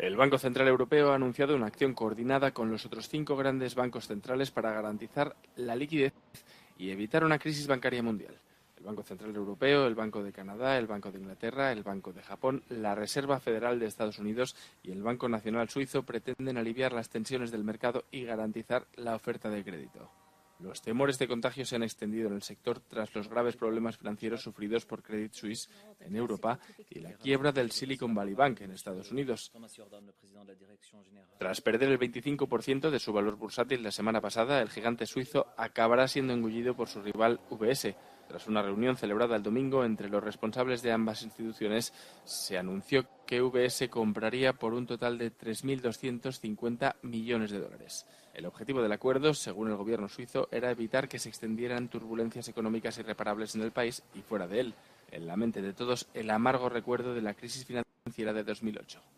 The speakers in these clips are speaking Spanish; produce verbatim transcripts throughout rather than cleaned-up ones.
El Banco Central Europeo ha anunciado una acción coordinada con los otros cinco grandes bancos centrales para garantizar la liquidez y evitar una crisis bancaria mundial. El Banco Central Europeo, el Banco de Canadá, el Banco de Inglaterra, el Banco de Japón, la Reserva Federal de Estados Unidos y el Banco Nacional Suizo pretenden aliviar las tensiones del mercado y garantizar la oferta de crédito. Los temores de contagio se han extendido en el sector tras los graves problemas financieros sufridos por Credit Suisse en Europa y la quiebra del Silicon Valley Bank en Estados Unidos. Tras perder el veinticinco por ciento de su valor bursátil la semana pasada, el gigante suizo acabará siendo engullido por su rival U B S. Tras una reunión celebrada el domingo entre los responsables de ambas instituciones, se anunció que U B S compraría por un total de tres mil doscientos cincuenta millones de dólares. El objetivo del acuerdo, según el gobierno suizo, era evitar que se extendieran turbulencias económicas irreparables en el país y fuera de él. En la mente de todos, el amargo recuerdo de la crisis financiera de dos mil ocho.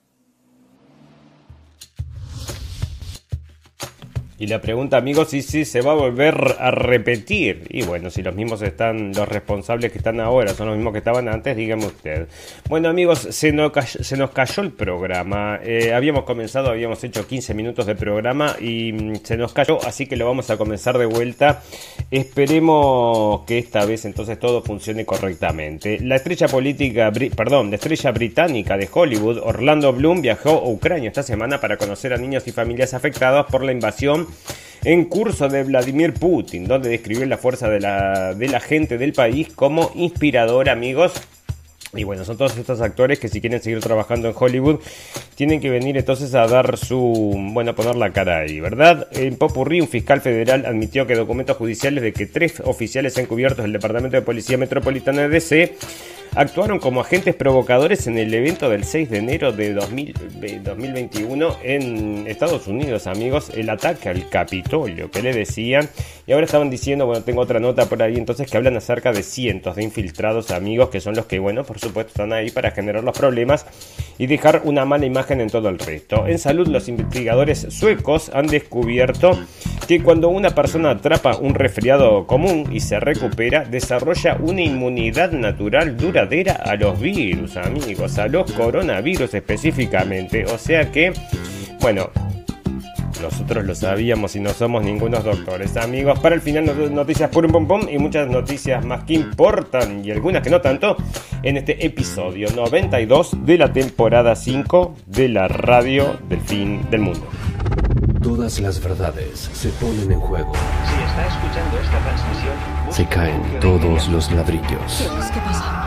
Y la pregunta, amigos, si sí, sí, se va a volver a repetir. Y bueno, si los mismos están, los responsables que están ahora son los mismos que estaban antes, dígame usted. Bueno, amigos, se nos cayó, se nos cayó el programa. Eh, habíamos comenzado, habíamos hecho quince minutos de programa y mm, se nos cayó, así que lo vamos a comenzar de vuelta. Esperemos que esta vez entonces todo funcione correctamente. La estrella política, bri- perdón, la estrella británica de Hollywood, Orlando Bloom, viajó a Ucrania esta semana para conocer a niños y familias afectados por la invasión en curso de Vladimir Putin, donde describió la fuerza de la, de la gente del país como inspiradora, amigos. Y bueno, son todos estos actores que si quieren seguir trabajando en Hollywood tienen que venir entonces a dar su, bueno, a poner la cara ahí, ¿verdad? En Popurrí, un fiscal federal admitió que documentos judiciales de que tres oficiales encubiertos del Departamento de Policía Metropolitana de D C actuaron como agentes provocadores en el evento del seis de enero de dos mil veintiuno en Estados Unidos, amigos, el ataque al Capitolio que le decían. Y ahora estaban diciendo, bueno, tengo otra nota por ahí entonces que hablan acerca de cientos de infiltrados, amigos, que son los que, bueno, por supuesto están ahí para generar los problemas y dejar una mala imagen en todo el resto. En salud, los investigadores suecos han descubierto que cuando una persona atrapa un resfriado común y se recupera, desarrolla una inmunidad natural duradera a los virus, amigos, a los coronavirus específicamente. O sea que, bueno, nosotros lo sabíamos y no somos ningunos doctores, amigos. Para el final, noticias por un pom pom y muchas noticias más que importan y algunas que no tanto en este episodio noventa y dos de la temporada cinco de la radio del fin del mundo. Todas las verdades se ponen en juego. Si está escuchando esta transmisión, se caen todos los ladrillos. ¿Qué pasa?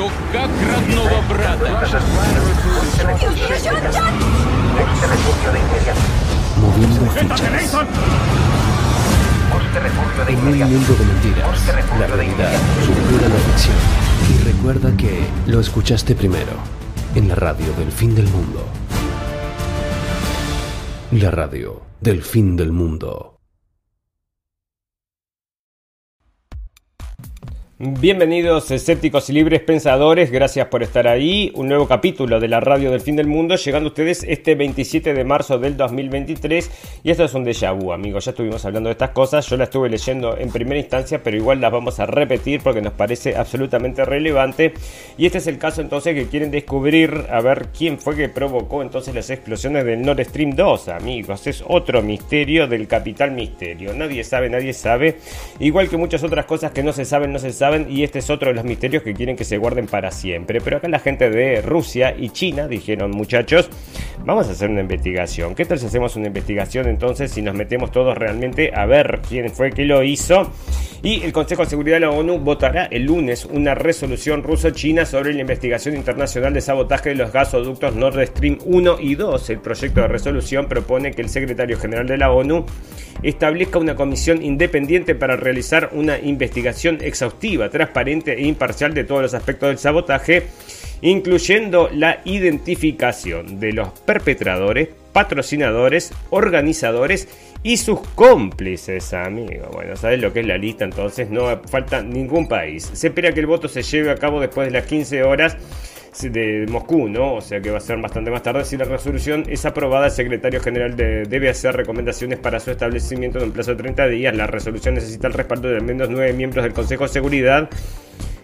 Moviendo fichas. En un mundo de mentiras, la realidad supera la ficción. Y recuerda que lo escuchaste primero en la radio del fin del mundo. La radio del fin del mundo. Bienvenidos, escépticos y libres pensadores, gracias por estar ahí. Un nuevo capítulo de la radio del fin del mundo, llegando a ustedes este veintisiete de marzo del dos mil veintitrés. Y esto es un déjà vu, amigos, ya estuvimos hablando de estas cosas. Yo las estuve leyendo en primera instancia, pero igual las vamos a repetir porque nos parece absolutamente relevante. Y este es el caso entonces que quieren descubrir, a ver quién fue que provocó entonces las explosiones del Nord Stream dos, amigos. Es otro misterio del capital misterio, nadie sabe, nadie sabe. Igual que muchas otras cosas que no se saben, no se saben. Y este es otro de los misterios que quieren que se guarden para siempre. Pero acá la gente de Rusia y China dijeron, muchachos, vamos a hacer una investigación. ¿Qué tal si hacemos una investigación entonces y nos metemos todos realmente a ver quién fue que lo hizo? Y el Consejo de Seguridad de la ONU votará el lunes una resolución ruso-china sobre la investigación internacional de sabotaje de los gasoductos Nord Stream uno y dos. El proyecto de resolución propone que el secretario general de la ONU establezca una comisión independiente para realizar una investigación exhaustiva, transparente e imparcial de todos los aspectos del sabotaje, incluyendo la identificación de los perpetradores, patrocinadores, organizadores y sus cómplices, amigos. Bueno, ¿sabes lo que es la lista? Entonces no falta ningún país. Se espera que el voto se lleve a cabo después de las quince horas de Moscú, ¿no? O sea que va a ser bastante más tarde. Si la resolución es aprobada, el secretario general de, debe hacer recomendaciones para su establecimiento en un plazo de treinta días. La resolución necesita el respaldo de al menos nueve miembros del Consejo de Seguridad,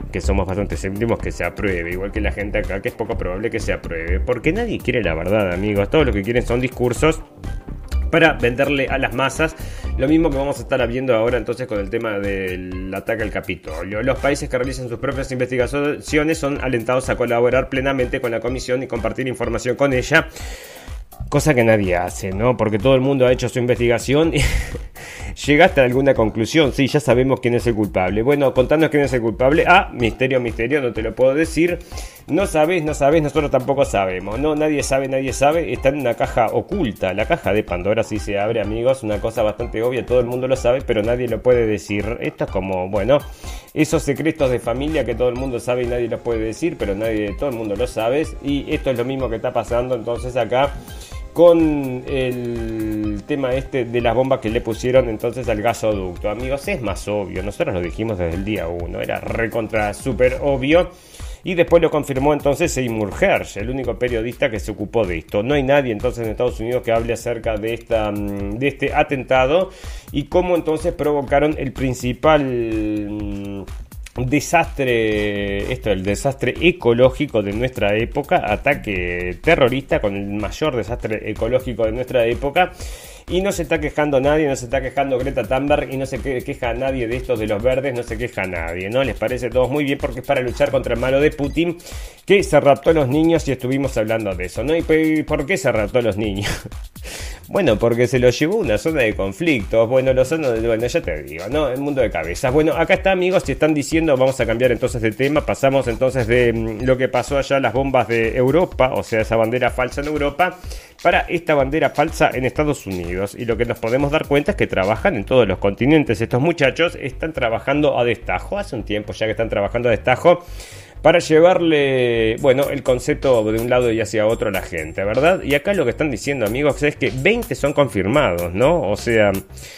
que somos bastante escépticos, que se apruebe, igual que la gente acá, que es poco probable que se apruebe, porque nadie quiere la verdad, amigos. Todo lo que quieren son discursos para venderle a las masas. Lo mismo que vamos a estar viendo ahora entonces con el tema del ataque al Capitolio. Los países que realizan sus propias investigaciones son alentados a colaborar plenamente con la comisión y compartir información con ella, cosa que nadie hace, ¿no? Porque todo el mundo ha hecho su investigación y llegaste a alguna conclusión. Sí, ya sabemos quién es el culpable. Bueno, contanos quién es el culpable. Ah, misterio, misterio, no te lo puedo decir. No sabes, no sabes, nosotros tampoco sabemos. No, nadie sabe, nadie sabe. Está en una caja oculta. La caja de Pandora sí se abre, amigos. Una cosa bastante obvia, todo el mundo lo sabe, pero nadie lo puede decir. Esto es como, bueno, esos secretos de familia que todo el mundo sabe y nadie los puede decir, pero nadie, todo el mundo lo sabe. Y esto es lo mismo que está pasando entonces acá con el tema este de las bombas que le pusieron entonces al gasoducto. Amigos, es más obvio, nosotros lo dijimos desde el día uno, era recontra súper obvio, y después lo confirmó entonces Seymour Hersh, el único periodista que se ocupó de esto. No hay nadie entonces en Estados Unidos que hable acerca de, esta, de este atentado y cómo entonces provocaron el principal desastre, esto el desastre ecológico de nuestra época, ataque terrorista con el mayor desastre ecológico de nuestra época. Y no se está quejando nadie, no se está quejando Greta Thunberg y no se queja nadie de estos de los verdes, no se queja nadie, ¿no? Les parece todo muy bien porque es para luchar contra el malo de Putin, que se raptó a los niños y estuvimos hablando de eso, ¿no? ¿Y por qué se raptó a los niños? Bueno, porque se los llevó a una zona de conflictos. Bueno, los zonas de, bueno, ya te digo, ¿no? El mundo de cabezas. Bueno, acá está, amigos, si están diciendo, vamos a cambiar entonces de tema. Pasamos entonces de mm, lo que pasó allá, las bombas de Europa, o sea, esa bandera falsa en Europa, para esta bandera falsa en Estados Unidos. Y lo que nos podemos dar cuenta es que trabajan en todos los continentes. Estos muchachos están trabajando a destajo, hace un tiempo ya que están trabajando a destajo, para llevarle, bueno, el concepto de un lado y hacia otro a la gente, ¿verdad? Y acá lo que están diciendo, amigos, es que veinte son confirmados, ¿no? O sea,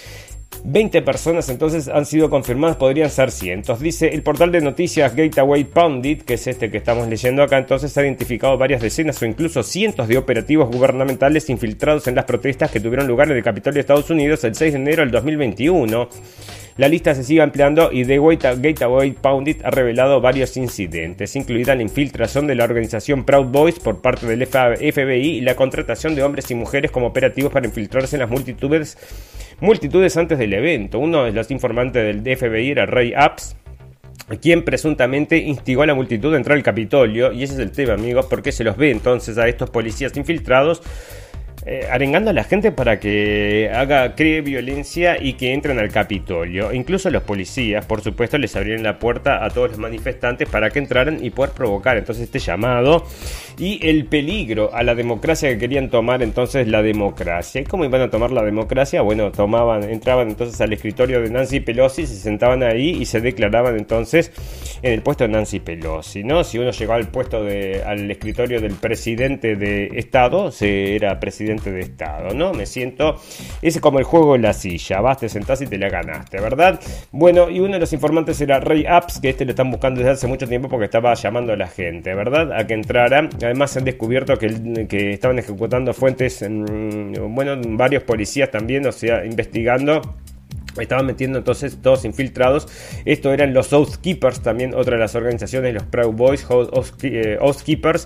veinte personas entonces han sido confirmadas, podrían ser cientos. Dice el portal de noticias Gateway Pundit, que es este que estamos leyendo acá, entonces ha identificado varias decenas o incluso cientos de operativos gubernamentales infiltrados en las protestas que tuvieron lugar en el Capitolio de Estados Unidos el seis de enero del dos mil veintiuno. La lista se sigue ampliando y The Gateway Pundit ha revelado varios incidentes, incluida la infiltración de la organización Proud Boys por parte del F B I y la contratación de hombres y mujeres como operativos para infiltrarse en las multitudes, multitudes antes del evento. Uno de los informantes del F B I era Ray Epps, quien presuntamente instigó a la multitud a entrar al Capitolio, y ese es el tema, amigos, porque se los ve entonces a estos policías infiltrados Eh, arengando a la gente para que haga, cree violencia y que entren al Capitolio. Incluso los policías, por supuesto, les abrieron la puerta a todos los manifestantes para que entraran y poder provocar entonces este llamado y el peligro a la democracia que querían tomar entonces la democracia. ¿Y cómo iban a tomar la democracia? Bueno, tomaban, entraban entonces al escritorio de Nancy Pelosi, se sentaban ahí y se declaraban entonces en el puesto de Nancy Pelosi, ¿no? Si uno llegaba al puesto de, al escritorio del presidente de Estado, se era presidente de Estado, ¿no? Me siento, es como el juego en la silla, vas, te sentás y te la ganaste, ¿verdad? Bueno, y uno de los informantes era Ray Epps, que este lo están buscando desde hace mucho tiempo porque estaba llamando a la gente, ¿verdad? A que entrara. Además han descubierto que, que estaban ejecutando fuentes, mmm, bueno, varios policías también, o sea, investigando. Estaban metiendo entonces todos infiltrados. Esto eran los Oath Keepers, también otra de las organizaciones, los Proud Boys, Oath Keepers.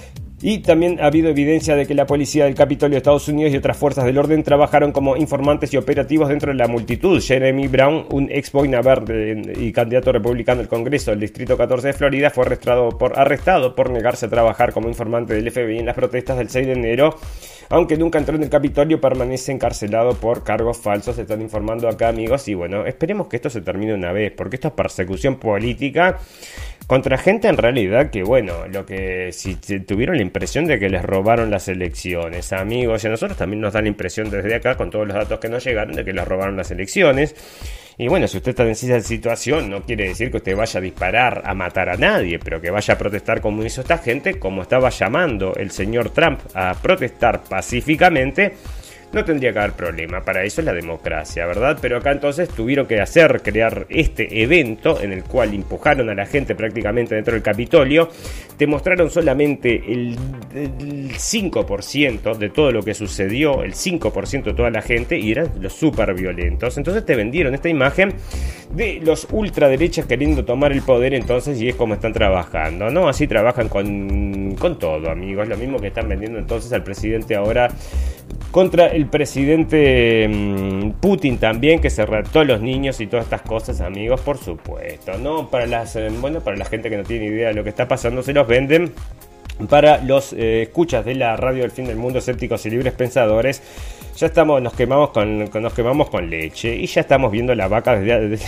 Y también ha habido evidencia de que la policía del Capitolio de Estados Unidos y otras fuerzas del orden trabajaron como informantes y operativos dentro de la multitud. Jeremy Brown, un ex boina verde y candidato republicano al Congreso del Distrito catorce de Florida, fue arrestado por, arrestado por negarse a trabajar como informante del F B I en las protestas del seis de enero. Aunque nunca entró en el Capitolio, permanece encarcelado por cargos falsos. Se están informando acá, amigos. Y bueno, esperemos que esto se termine una vez, porque esto es persecución política contra gente en realidad que, bueno, lo que si tuvieron la impresión de que les robaron las elecciones, amigos, y a nosotros también nos da la impresión desde acá, con todos los datos que nos llegaron, de que les robaron las elecciones. Y bueno, si usted está en esa situación, no quiere decir que usted vaya a disparar a matar a nadie, pero que vaya a protestar como hizo esta gente, como estaba llamando el señor Trump a protestar pacíficamente. No tendría que haber problema, para eso es la democracia, ¿verdad? Pero acá entonces tuvieron que hacer, crear este evento en el cual empujaron a la gente prácticamente dentro del Capitolio. Te mostraron solamente el, el cinco por ciento de todo lo que sucedió, el cinco por ciento de toda la gente, y eran los súper violentos. Entonces te vendieron esta imagen de los ultraderechas queriendo tomar el poder entonces, y es como están trabajando, ¿no? Así trabajan con, con todo, amigos. Lo mismo que están vendiendo entonces al presidente ahora contra el presidente mmm, Putin también, que se raptó a los niños y todas estas cosas, amigos, por supuesto, ¿no? Para las, eh, bueno, para la gente que no tiene idea de lo que está pasando, se los venden. Para los eh, escuchas de la radio del fin del mundo, escépticos y libres pensadores, ya estamos, nos quemamos con, con nos quemamos con leche y ya estamos viendo la vaca desde, desde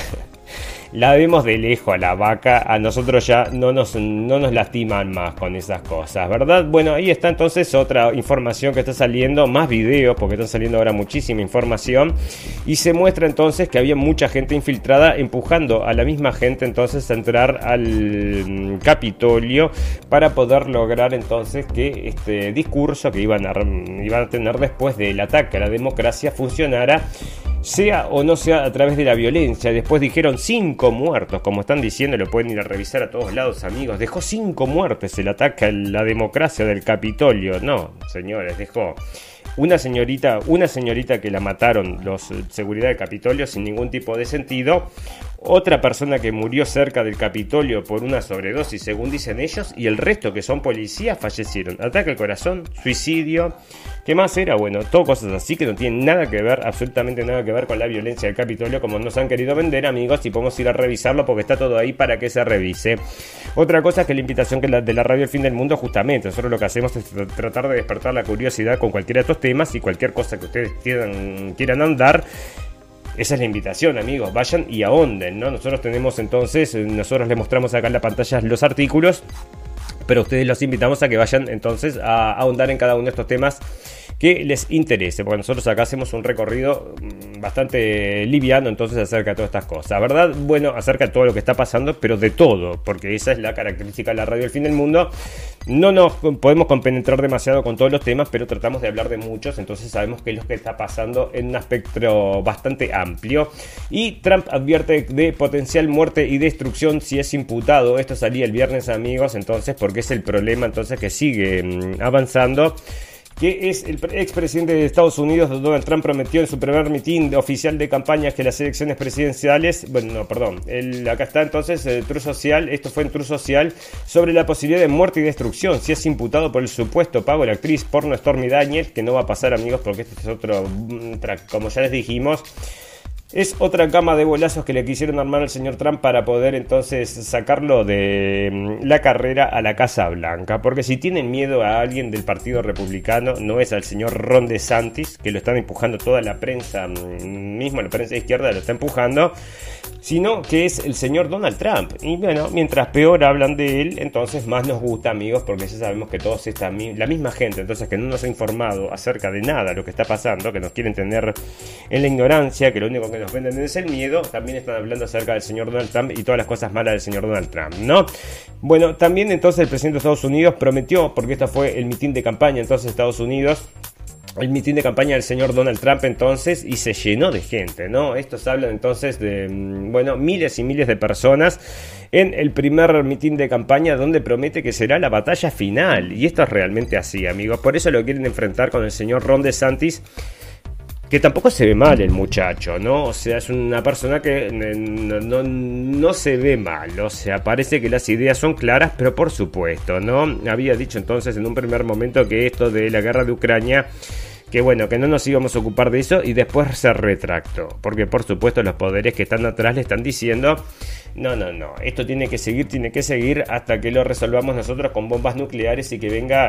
la vemos de lejos a la vaca, a nosotros ya no nos, no nos lastiman más con esas cosas, ¿verdad? Bueno, ahí está entonces otra información que está saliendo, más videos, porque están saliendo ahora muchísima información, y se muestra entonces que había mucha gente infiltrada empujando a la misma gente entonces a entrar al Capitolio para poder lograr entonces que este discurso que iban a, iban a tener después del ataque a la democracia funcionara, sea o no sea a través de la violencia. Después dijeron cinco muertos, como están diciendo, lo pueden ir a revisar a todos lados, amigos. Dejó cinco muertes el ataque a la democracia del Capitolio. No, señores, dejó una señorita, una señorita que la mataron los eh, seguridad del Capitolio sin ningún tipo de sentido. Otra persona que murió cerca del Capitolio por una sobredosis, según dicen ellos, y el resto, que son policías, fallecieron. Ataque al corazón, suicidio. ¿Qué más era? Bueno, todo cosas así que no tienen nada que ver, absolutamente nada que ver con la violencia del Capitolio, como nos han querido vender, amigos, y podemos ir a revisarlo porque está todo ahí para que se revise. Otra cosa es que la invitación que la, de la radio El Fin del Mundo, justamente, nosotros lo que hacemos es tratar de despertar la curiosidad con cualquiera de estos temas, y cualquier cosa que ustedes quieran, quieran andar. Esa es la invitación, amigos, vayan y ahonden, ¿no? Nosotros tenemos entonces, nosotros les mostramos acá en la pantalla los artículos, pero ustedes los invitamos a que vayan entonces a ahondar en cada uno de estos temas que les interese, porque nosotros acá hacemos un recorrido bastante liviano entonces acerca de todas estas cosas, ¿verdad? Bueno, acerca de todo lo que está pasando, pero de todo, porque esa es la característica de la radio El Fin del Mundo. No nos podemos compenetrar demasiado con todos los temas, pero tratamos de hablar de muchos, entonces sabemos qué es lo que está pasando en un espectro bastante amplio. Y Trump advierte de potencial muerte y destrucción si es imputado. Esto salía el viernes, amigos, entonces, porque es el problema entonces que sigue mmm, avanzando, que es el expresidente de Estados Unidos, Donald Trump, prometió en su primer mitin oficial de campaña que las elecciones presidenciales, bueno, no, perdón, el, acá está entonces el True Social, esto fue en True Social, sobre la posibilidad de muerte y destrucción si es imputado por el supuesto pago de la actriz porno Stormy Daniels, que no va a pasar, amigos, porque este es otro track, como ya les dijimos. Es otra cama de bolazos que le quisieron armar al señor Trump para poder entonces sacarlo de la carrera a la Casa Blanca. Porque si tienen miedo a alguien del Partido Republicano, no es al señor Ron DeSantis, que lo están empujando toda la prensa, mismo la prensa de izquierda lo está empujando, sino que es el señor Donald Trump. Y bueno, mientras peor hablan de él, entonces más nos gusta, amigos, porque ya sabemos que todos esta, la misma gente, entonces, que no nos ha informado acerca de nada lo que está pasando, que nos quieren tener en la ignorancia, que lo único que nos venden es el miedo, también están hablando acerca del señor Donald Trump y todas las cosas malas del señor Donald Trump, ¿no? Bueno, también entonces el presidente de Estados Unidos prometió, porque esto fue el mitin de campaña entonces de Estados Unidos, el mitin de campaña del señor Donald Trump entonces, y se llenó de gente, ¿no? Estos hablan entonces de, bueno, miles y miles de personas en el primer mitin de campaña, donde promete que será la batalla final, y esto es realmente así, amigos, por eso lo quieren enfrentar con el señor Ron DeSantis, que tampoco se ve mal el muchacho, ¿no? O sea, es una persona que no, no, no se ve mal, o sea, parece que las ideas son claras, pero por supuesto, ¿no? Había dicho entonces en un primer momento que esto de la guerra de Ucrania, que bueno, que no nos íbamos a ocupar de eso, y después se retractó, porque por supuesto los poderes que están atrás le están diciendo, no, no, no, esto tiene que seguir, tiene que seguir hasta que lo resolvamos nosotros con bombas nucleares y que venga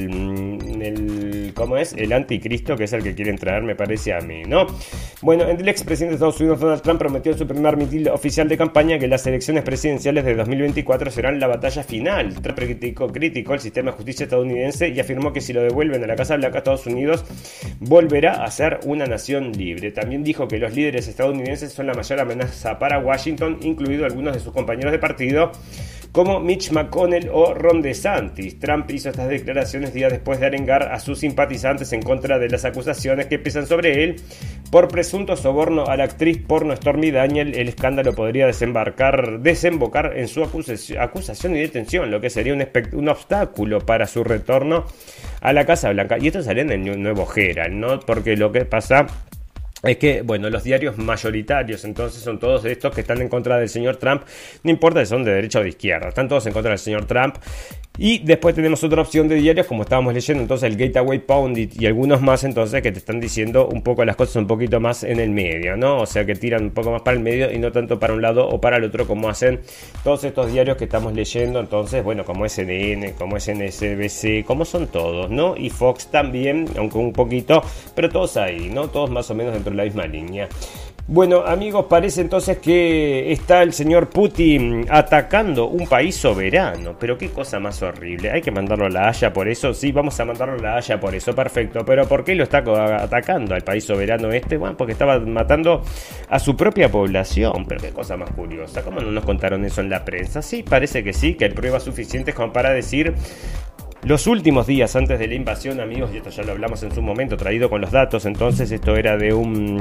el, el ¿cómo es? El anticristo, que es el que quieren traer, me parece a mí, ¿no? Bueno, el expresidente de Estados Unidos, Donald Trump, prometió en su primer mitin oficial de campaña que las elecciones presidenciales de dos mil veinticuatro serán la batalla final. Trump criticó, criticó el sistema de justicia estadounidense y afirmó que si lo devuelven a la Casa Blanca, Estados Unidos volverá a ser una nación libre. También dijo que los líderes estadounidenses son la mayor amenaza para Washington, incluido algunos de sus compañeros de partido como Mitch McConnell o Ron DeSantis. Trump hizo estas declaraciones días después de arengar a sus simpatizantes en contra de las acusaciones que pesan sobre él por presunto soborno a la actriz porno Stormy Daniels. El escándalo podría desembarcar, desembocar en su acusación, acusación y detención, lo que sería un, un obstáculo para su retorno a la Casa Blanca. Y esto salió en el nuevo Herald, ¿no? Porque lo que pasa es que, bueno, los diarios mayoritarios entonces son todos estos que están en contra del señor Trump, no importa si son de derecha o de izquierda, están todos en contra del señor Trump. Y después tenemos otra opción de diarios, como estábamos leyendo, entonces el Gateway Pundit y algunos más, entonces, que te están diciendo un poco las cosas un poquito más en el medio, ¿no? O sea, que tiran un poco más para el medio y no tanto para un lado o para el otro, como hacen todos estos diarios que estamos leyendo, entonces, bueno, como S N N, como S N B C, como son todos, ¿no? Y Fox también, aunque un poquito, pero todos ahí, ¿no? Todos más o menos dentro de la misma línea. Bueno, amigos, parece entonces que está el señor Putin atacando un país soberano. Pero qué cosa más horrible. Hay que mandarlo a La Haya por eso. Sí, vamos a mandarlo a La Haya por eso. Perfecto. Pero ¿por qué lo está atacando al país soberano este? Bueno, porque estaba matando a su propia población. Pero qué cosa más curiosa. ¿Cómo no nos contaron eso en la prensa? Sí, parece que sí, que hay pruebas suficientes como para decir... Los últimos días antes de la invasión, amigos, y esto ya lo hablamos en su momento, traído con los datos, entonces esto era de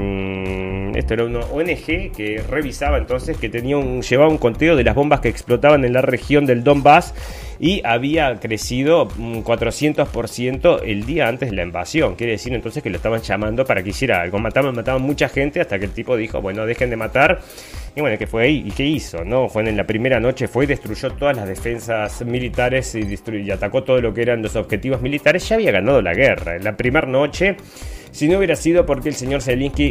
un... Esto era una O N G que revisaba entonces que tenía un, llevaba un conteo de las bombas que explotaban en la región del Donbass y había crecido un cuatrocientos por ciento el día antes de la invasión. Quiere decir entonces que lo estaban llamando para que hiciera algo. Mataban, mataban mucha gente hasta que el tipo dijo, bueno, dejen de matar. Y bueno, ¿qué fue ahí? ¿Y qué hizo? ¿No? Fue en la primera noche, fue y destruyó todas las defensas militares y, destruyó, y atacó todo lo que eran los objetivos militares. Ya había ganado la guerra. En la primera noche, si no hubiera sido porque el señor Zelensky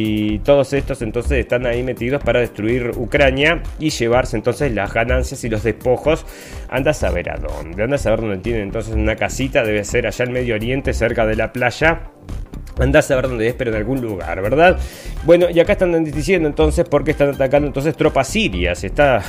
y todos estos entonces están ahí metidos para destruir Ucrania y llevarse entonces las ganancias y los despojos. Anda a saber a dónde. Anda a saber dónde tienen entonces una casita. Debe ser allá en Medio Oriente, cerca de la playa. Andás a ver dónde es, pero en algún lugar, ¿verdad? Bueno, y acá están diciendo entonces por qué están atacando entonces tropas sirias. Está...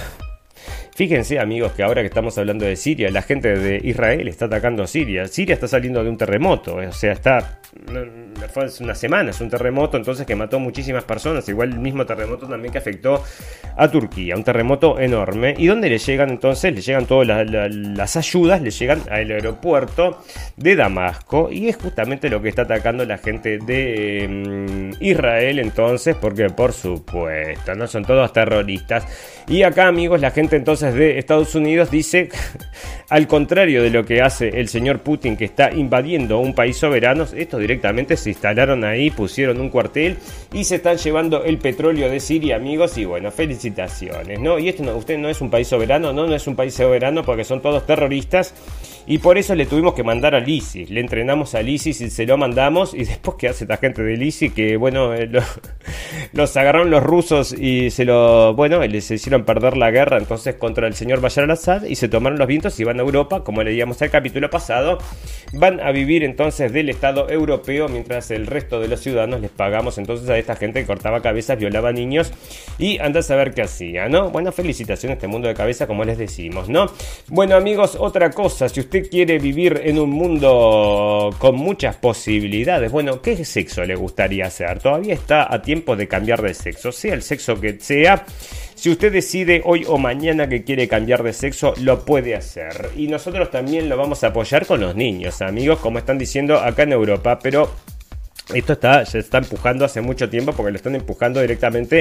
Fíjense, amigos, que ahora que estamos hablando de Siria, la gente de Israel está atacando a Siria. Siria está saliendo de un terremoto, o sea, está... Fue hace unas semanas un terremoto, entonces, que mató muchísimas personas. Igual el mismo terremoto también que afectó a Turquía. Un terremoto enorme. ¿Y dónde le llegan entonces? Le llegan todas la, la, las ayudas, le llegan al aeropuerto de Damasco. Y es justamente lo que está atacando la gente de eh, Israel entonces, porque por supuesto, no son todos terroristas. Y acá, amigos, la gente entonces de Estados Unidos dice, al contrario de lo que hace el señor Putin, que está invadiendo un país soberano, estos directamente se instalaron ahí, pusieron un cuartel y se están llevando el petróleo de Siria, amigos. Y bueno, felicitaciones, ¿no? Y esto no, usted no es un país soberano, no, no es un país soberano porque son todos terroristas. Y por eso le tuvimos que mandar al ISIS. Le entrenamos al ISIS y se lo mandamos. Y después, ¿qué hace esta gente del ISIS? Que, bueno, eh, lo, los agarraron los rusos y se lo... Bueno, les hicieron perder la guerra entonces contra el señor Bashar al-Assad. Y se tomaron los vientos y van a Europa, como leíamos al capítulo pasado. Van a vivir entonces del Estado europeo, mientras el resto de los ciudadanos les pagamos entonces a esta gente que cortaba cabezas, violaba niños. Y anda a saber qué hacía, ¿no? Bueno, felicitaciones a este mundo de cabeza, como les decimos, ¿no? Bueno, amigos, otra cosa. Si usted quiere vivir en un mundo con muchas posibilidades, bueno, ¿qué sexo le gustaría hacer? Todavía está a tiempo de cambiar de sexo, sea el sexo que sea. Si usted decide hoy o mañana que quiere cambiar de sexo, lo puede hacer. Y nosotros también lo vamos a apoyar con los niños, amigos, como están diciendo acá en Europa. Pero esto está, se está empujando hace mucho tiempo, porque lo están empujando directamente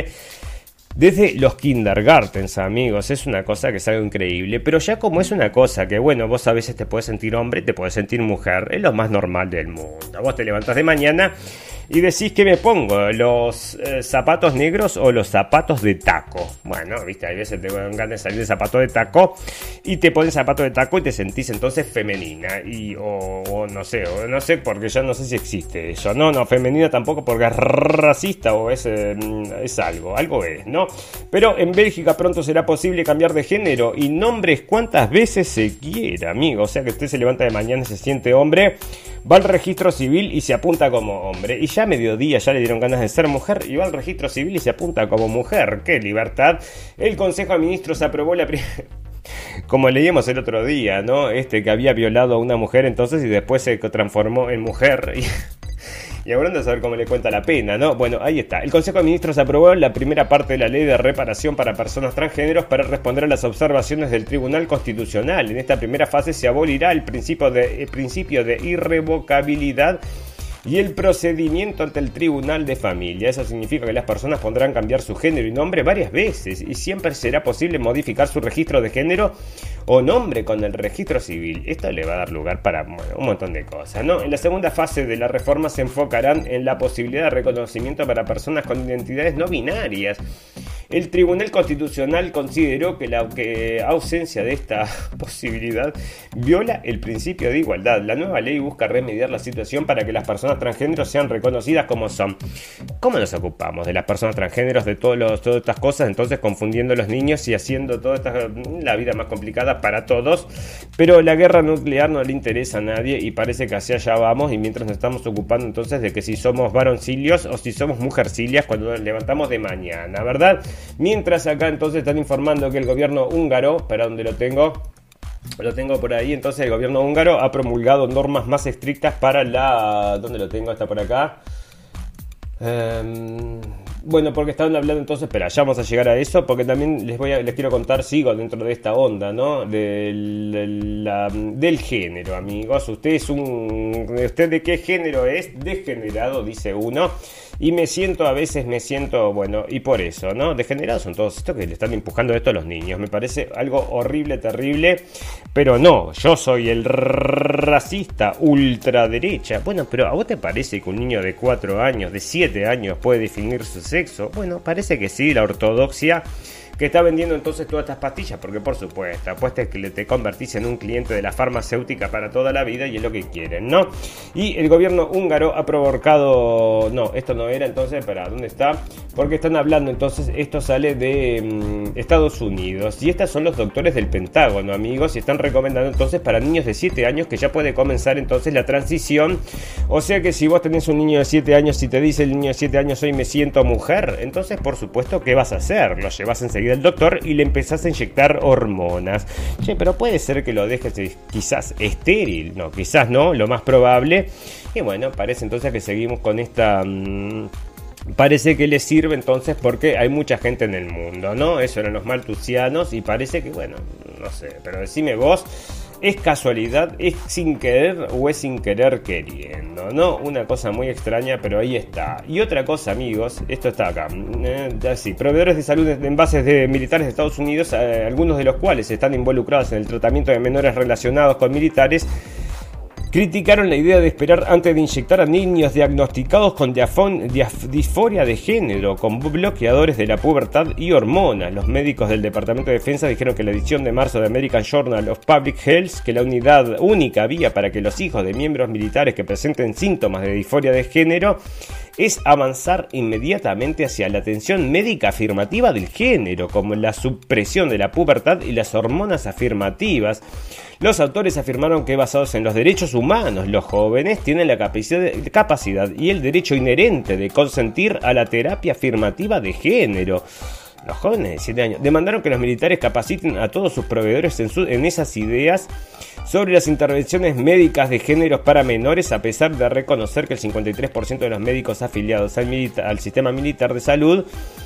desde los kindergartens, amigos. Es una cosa que es algo increíble. Pero ya como es una cosa que, bueno, vos a veces te puedes sentir hombre, te puedes sentir mujer. Es lo más normal del mundo. Vos te levantas de mañana y decís, ¿qué me pongo? ¿Los eh, zapatos negros o los zapatos de taco? Bueno, viste, hay veces te dan ganas de salir de zapato de taco y te pones zapato de taco y te sentís entonces femenina. Y, o, o no sé, o no sé, porque ya no sé si existe eso. No, no, femenina tampoco, porque es racista o es, eh, es algo, algo es, ¿no? Pero en Bélgica pronto será posible cambiar de género y nombres cuantas veces se quiera, amigo. O sea que usted se levanta de mañana y se siente hombre, va al registro civil y se apunta como hombre. Y ya a mediodía ya le dieron ganas de ser mujer y va al registro civil y se apunta como mujer. ¡Qué libertad! El Consejo de Ministros aprobó la primera... Como leíamos el otro día, ¿no? Este que había violado a una mujer entonces y después se transformó en mujer y... Y ahora anda a saber cómo le cuenta la pena, ¿no? Bueno, ahí está. El Consejo de Ministros aprobó la primera parte de la ley de reparación para personas transgéneros para responder a las observaciones del Tribunal Constitucional. En esta primera fase se abolirá el principio de, el principio de irrevocabilidad y el procedimiento ante el Tribunal de Familia. Eso significa que las personas podrán cambiar su género y nombre varias veces y siempre será posible modificar su registro de género o nombre con el registro civil. Esto le va a dar lugar para bueno, un montón de cosas, ¿no? En la segunda fase de la reforma se enfocarán en la posibilidad de reconocimiento para personas con identidades no binarias. El Tribunal Constitucional consideró que la que ausencia de esta posibilidad viola el principio de igualdad. La nueva ley busca remediar la situación para que las personas transgéneros sean reconocidas como son. ¿Cómo nos ocupamos de las personas transgéneros, de todos los, todas estas cosas? Entonces confundiendo a los niños y haciendo toda esta, la vida más complicada para todos. Pero la guerra nuclear no le interesa a nadie y parece que hacia allá vamos. Y mientras nos estamos ocupando entonces de que si somos varoncilios o si somos mujercilias cuando nos levantamos de mañana, ¿verdad? Mientras acá entonces están informando que el gobierno húngaro, para donde lo tengo, lo tengo por ahí, entonces el gobierno húngaro ha promulgado normas más estrictas para la... ¿Dónde lo tengo? Está por acá. Um, bueno, porque estaban hablando entonces, espera, ya vamos a llegar a eso, porque también les voy a, les quiero contar, sigo dentro de esta onda, ¿no? Del, del, la, del género, amigos. Usted es un... ¿Usted de qué género es? Degenerado, dice uno. Y me siento, a veces me siento, bueno, y por eso, ¿no? Degenerados son todos estos que le están empujando esto a los niños. Me parece algo horrible, terrible, pero no, yo soy el racista ultraderecha. Bueno, pero ¿a vos te parece que un niño de cuatro años, de siete años puede definir su sexo? Bueno, parece que sí, la ortodoxia que está vendiendo entonces todas estas pastillas, porque por supuesto, apuesta que te convertís en un cliente de la farmacéutica para toda la vida y es lo que quieren, ¿no? Y el gobierno húngaro ha provocado... No, esto no era entonces, ¿para dónde está? Porque están hablando entonces, esto sale de mmm, Estados Unidos y estos son los doctores del Pentágono, amigos, y están recomendando entonces para niños de siete años que ya puede comenzar entonces la transición. O sea que si vos tenés un niño de siete años y te dice el niño de siete años hoy me siento mujer, entonces por supuesto, ¿qué vas a hacer? Lo llevas enseguida del doctor y le empezás a inyectar hormonas. Che, pero puede ser que lo dejes quizás estéril, no, quizás no, lo más probable. Y bueno, parece entonces que seguimos con esta... Mmm, parece que les sirve entonces porque hay mucha gente en el mundo, ¿no? Eso eran los maltusianos y parece que, bueno, no sé, pero decime vos... ¿Es casualidad? ¿Es sin querer o es sin querer queriendo? ¿No? Una cosa muy extraña, pero ahí está. Y otra cosa, amigos, esto está acá. Eh, sí, proveedores de salud en bases de militares de Estados Unidos, eh, algunos de los cuales están involucrados en el tratamiento de menores relacionados con militares, criticaron la idea de esperar antes de inyectar a niños diagnosticados con diafon, diaf, disforia de género, con bloqueadores de la pubertad y hormonas. Los médicos del Departamento de Defensa dijeron que la edición de marzo de American Journal of Public Health, que la unidad única vía para que los hijos de miembros militares que presenten síntomas de disforia de género es avanzar inmediatamente hacia la atención médica afirmativa del género, como la supresión de la pubertad y las hormonas afirmativas. Los autores afirmaron que basados en los derechos humanos, los jóvenes tienen la capacidad y el derecho inherente de consentir a la terapia afirmativa de género. Los jóvenes de siete años demandaron que los militares capaciten a todos sus proveedores en, su, en esas ideas sobre las intervenciones médicas de géneros para menores, a pesar de reconocer que el cincuenta y tres por ciento de los médicos afiliados al, milita, al sistema militar de salud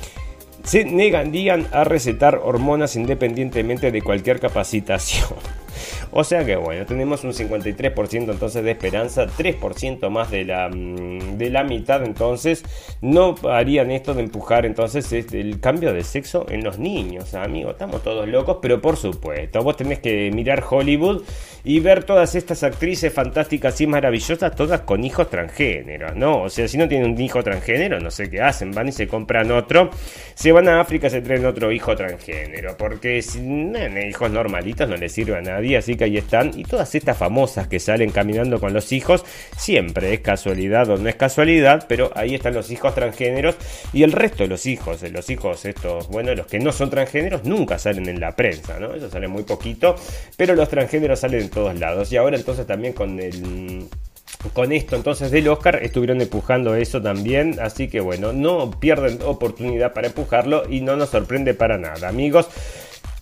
se negarían a recetar hormonas independientemente de cualquier capacitación. O sea que bueno, tenemos un cincuenta y tres por ciento entonces de esperanza, tres por ciento más de la, de la mitad entonces no harían esto de empujar entonces este, el cambio de sexo en los niños, amigos, estamos todos locos, pero por supuesto, vos tenés que mirar Hollywood y ver todas estas actrices fantásticas y maravillosas, todas con hijos transgéneros, ¿no? O sea, si no tienen un hijo transgénero, no sé qué hacen, van y se compran otro, se van a África, se traen otro hijo transgénero, porque si no, hijos normalitos no les sirve a nadie, así que ahí están, y todas estas famosas que salen caminando con los hijos, siempre es casualidad o no es casualidad, pero ahí están los hijos transgéneros y el resto de los hijos, los hijos estos, bueno, los que no son transgéneros nunca salen en la prensa, ¿no? Eso sale muy poquito, pero los transgéneros salen en todos lados, y ahora entonces también con el... Con esto entonces del Oscar estuvieron empujando eso también, así que bueno, no pierden oportunidad para empujarlo y no nos sorprende para nada, amigos.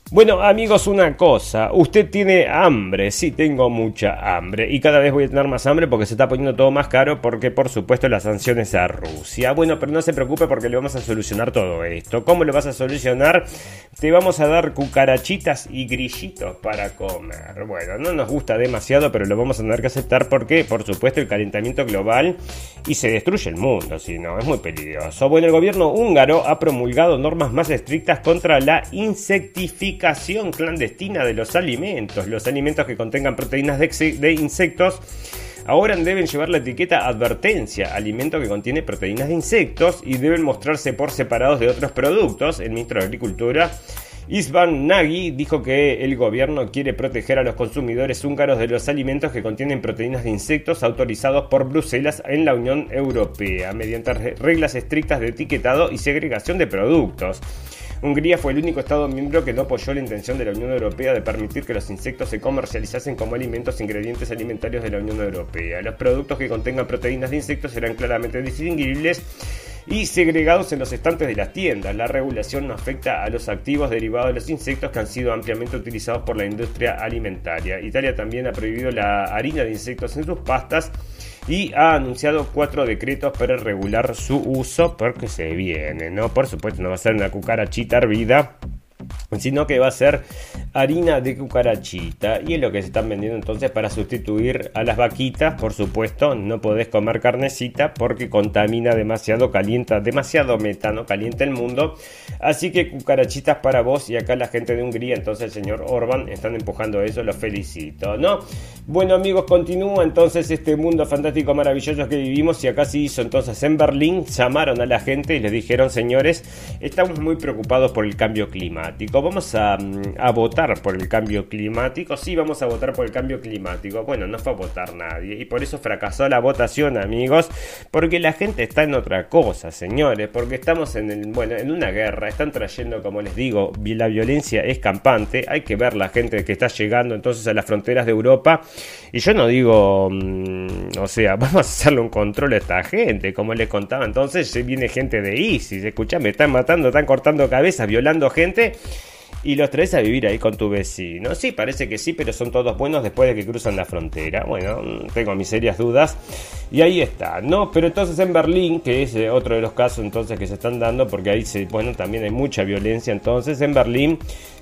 Bueno, amigos, una cosa, usted tiene hambre, sí tengo mucha hambre y cada vez voy a tener más hambre porque se está poniendo todo más caro porque por supuesto las sanciones a Rusia. Bueno, pero no se preocupe porque le vamos a solucionar todo esto. ¿Cómo lo vas a solucionar? Te vamos a dar cucarachitas y grillitos para comer. Bueno, no nos gusta demasiado, pero lo vamos a tener que aceptar porque por supuesto el calentamiento global y se destruye el mundo, si no, es muy peligroso. Bueno, el gobierno húngaro ha promulgado normas más estrictas contra la insectificación clandestina de los alimentos. Los alimentos que contengan proteínas de, de insectos ahora deben llevar la etiqueta advertencia, alimento que contiene proteínas de insectos, y deben mostrarse por separados de otros productos. El ministro de Agricultura, István Nagy, dijo que el gobierno quiere proteger a los consumidores húngaros de los alimentos que contienen proteínas de insectos autorizados por Bruselas en la Unión Europea, mediante reglas estrictas de etiquetado y segregación de productos. Hungría fue el único Estado miembro que no apoyó la intención de la Unión Europea de permitir que los insectos se comercializasen como alimentos e ingredientes alimentarios de la Unión Europea. Los productos que contengan proteínas de insectos serán claramente distinguibles y segregados en los estantes de las tiendas. La regulación no afecta a los activos derivados de los insectos que han sido ampliamente utilizados por la industria alimentaria. Italia también ha prohibido la harina de insectos en sus pastas y ha anunciado cuatro decretos para regular su uso porque se viene, ¿no? Por supuesto no va a ser una cucarachita hervida, sino que va a ser harina de cucarachita, y es lo que se están vendiendo entonces para sustituir a las vaquitas. Por supuesto no podés comer carnecita porque contamina demasiado, calienta demasiado metano, calienta el mundo, así que cucarachitas para vos. Y acá la gente de Hungría, entonces el señor Orbán, están empujando eso, los felicito, ¿no? Bueno, amigos, continúa entonces este mundo fantástico, maravilloso que vivimos, y acá se hizo entonces en Berlín, llamaron a la gente y les dijeron: señores, estamos muy preocupados por el cambio climático, vamos a, a votar por el cambio climático. Sí, vamos a votar por el cambio climático. Bueno, no fue a votar nadie y por eso fracasó la votación, amigos, porque la gente está en otra cosa, señores, porque estamos en el, bueno, en una guerra, están trayendo, como les digo, la violencia es campante. Hay que ver la gente que está llegando entonces a las fronteras de Europa, y yo no digo, mmm, o sea, vamos a hacerle un control a esta gente, como les contaba entonces, viene gente de ISIS, escuchame, están matando, están cortando cabezas, violando gente, y los traes a vivir ahí con tu vecino. Sí, parece que sí, pero son todos buenos después de que cruzan la frontera. Bueno, tengo mis serias dudas. Y ahí está, ¿no? Pero entonces en Berlín, que es eh, otro de los casos entonces que se están dando, porque ahí se, bueno, también hay mucha violencia. Entonces en Berlín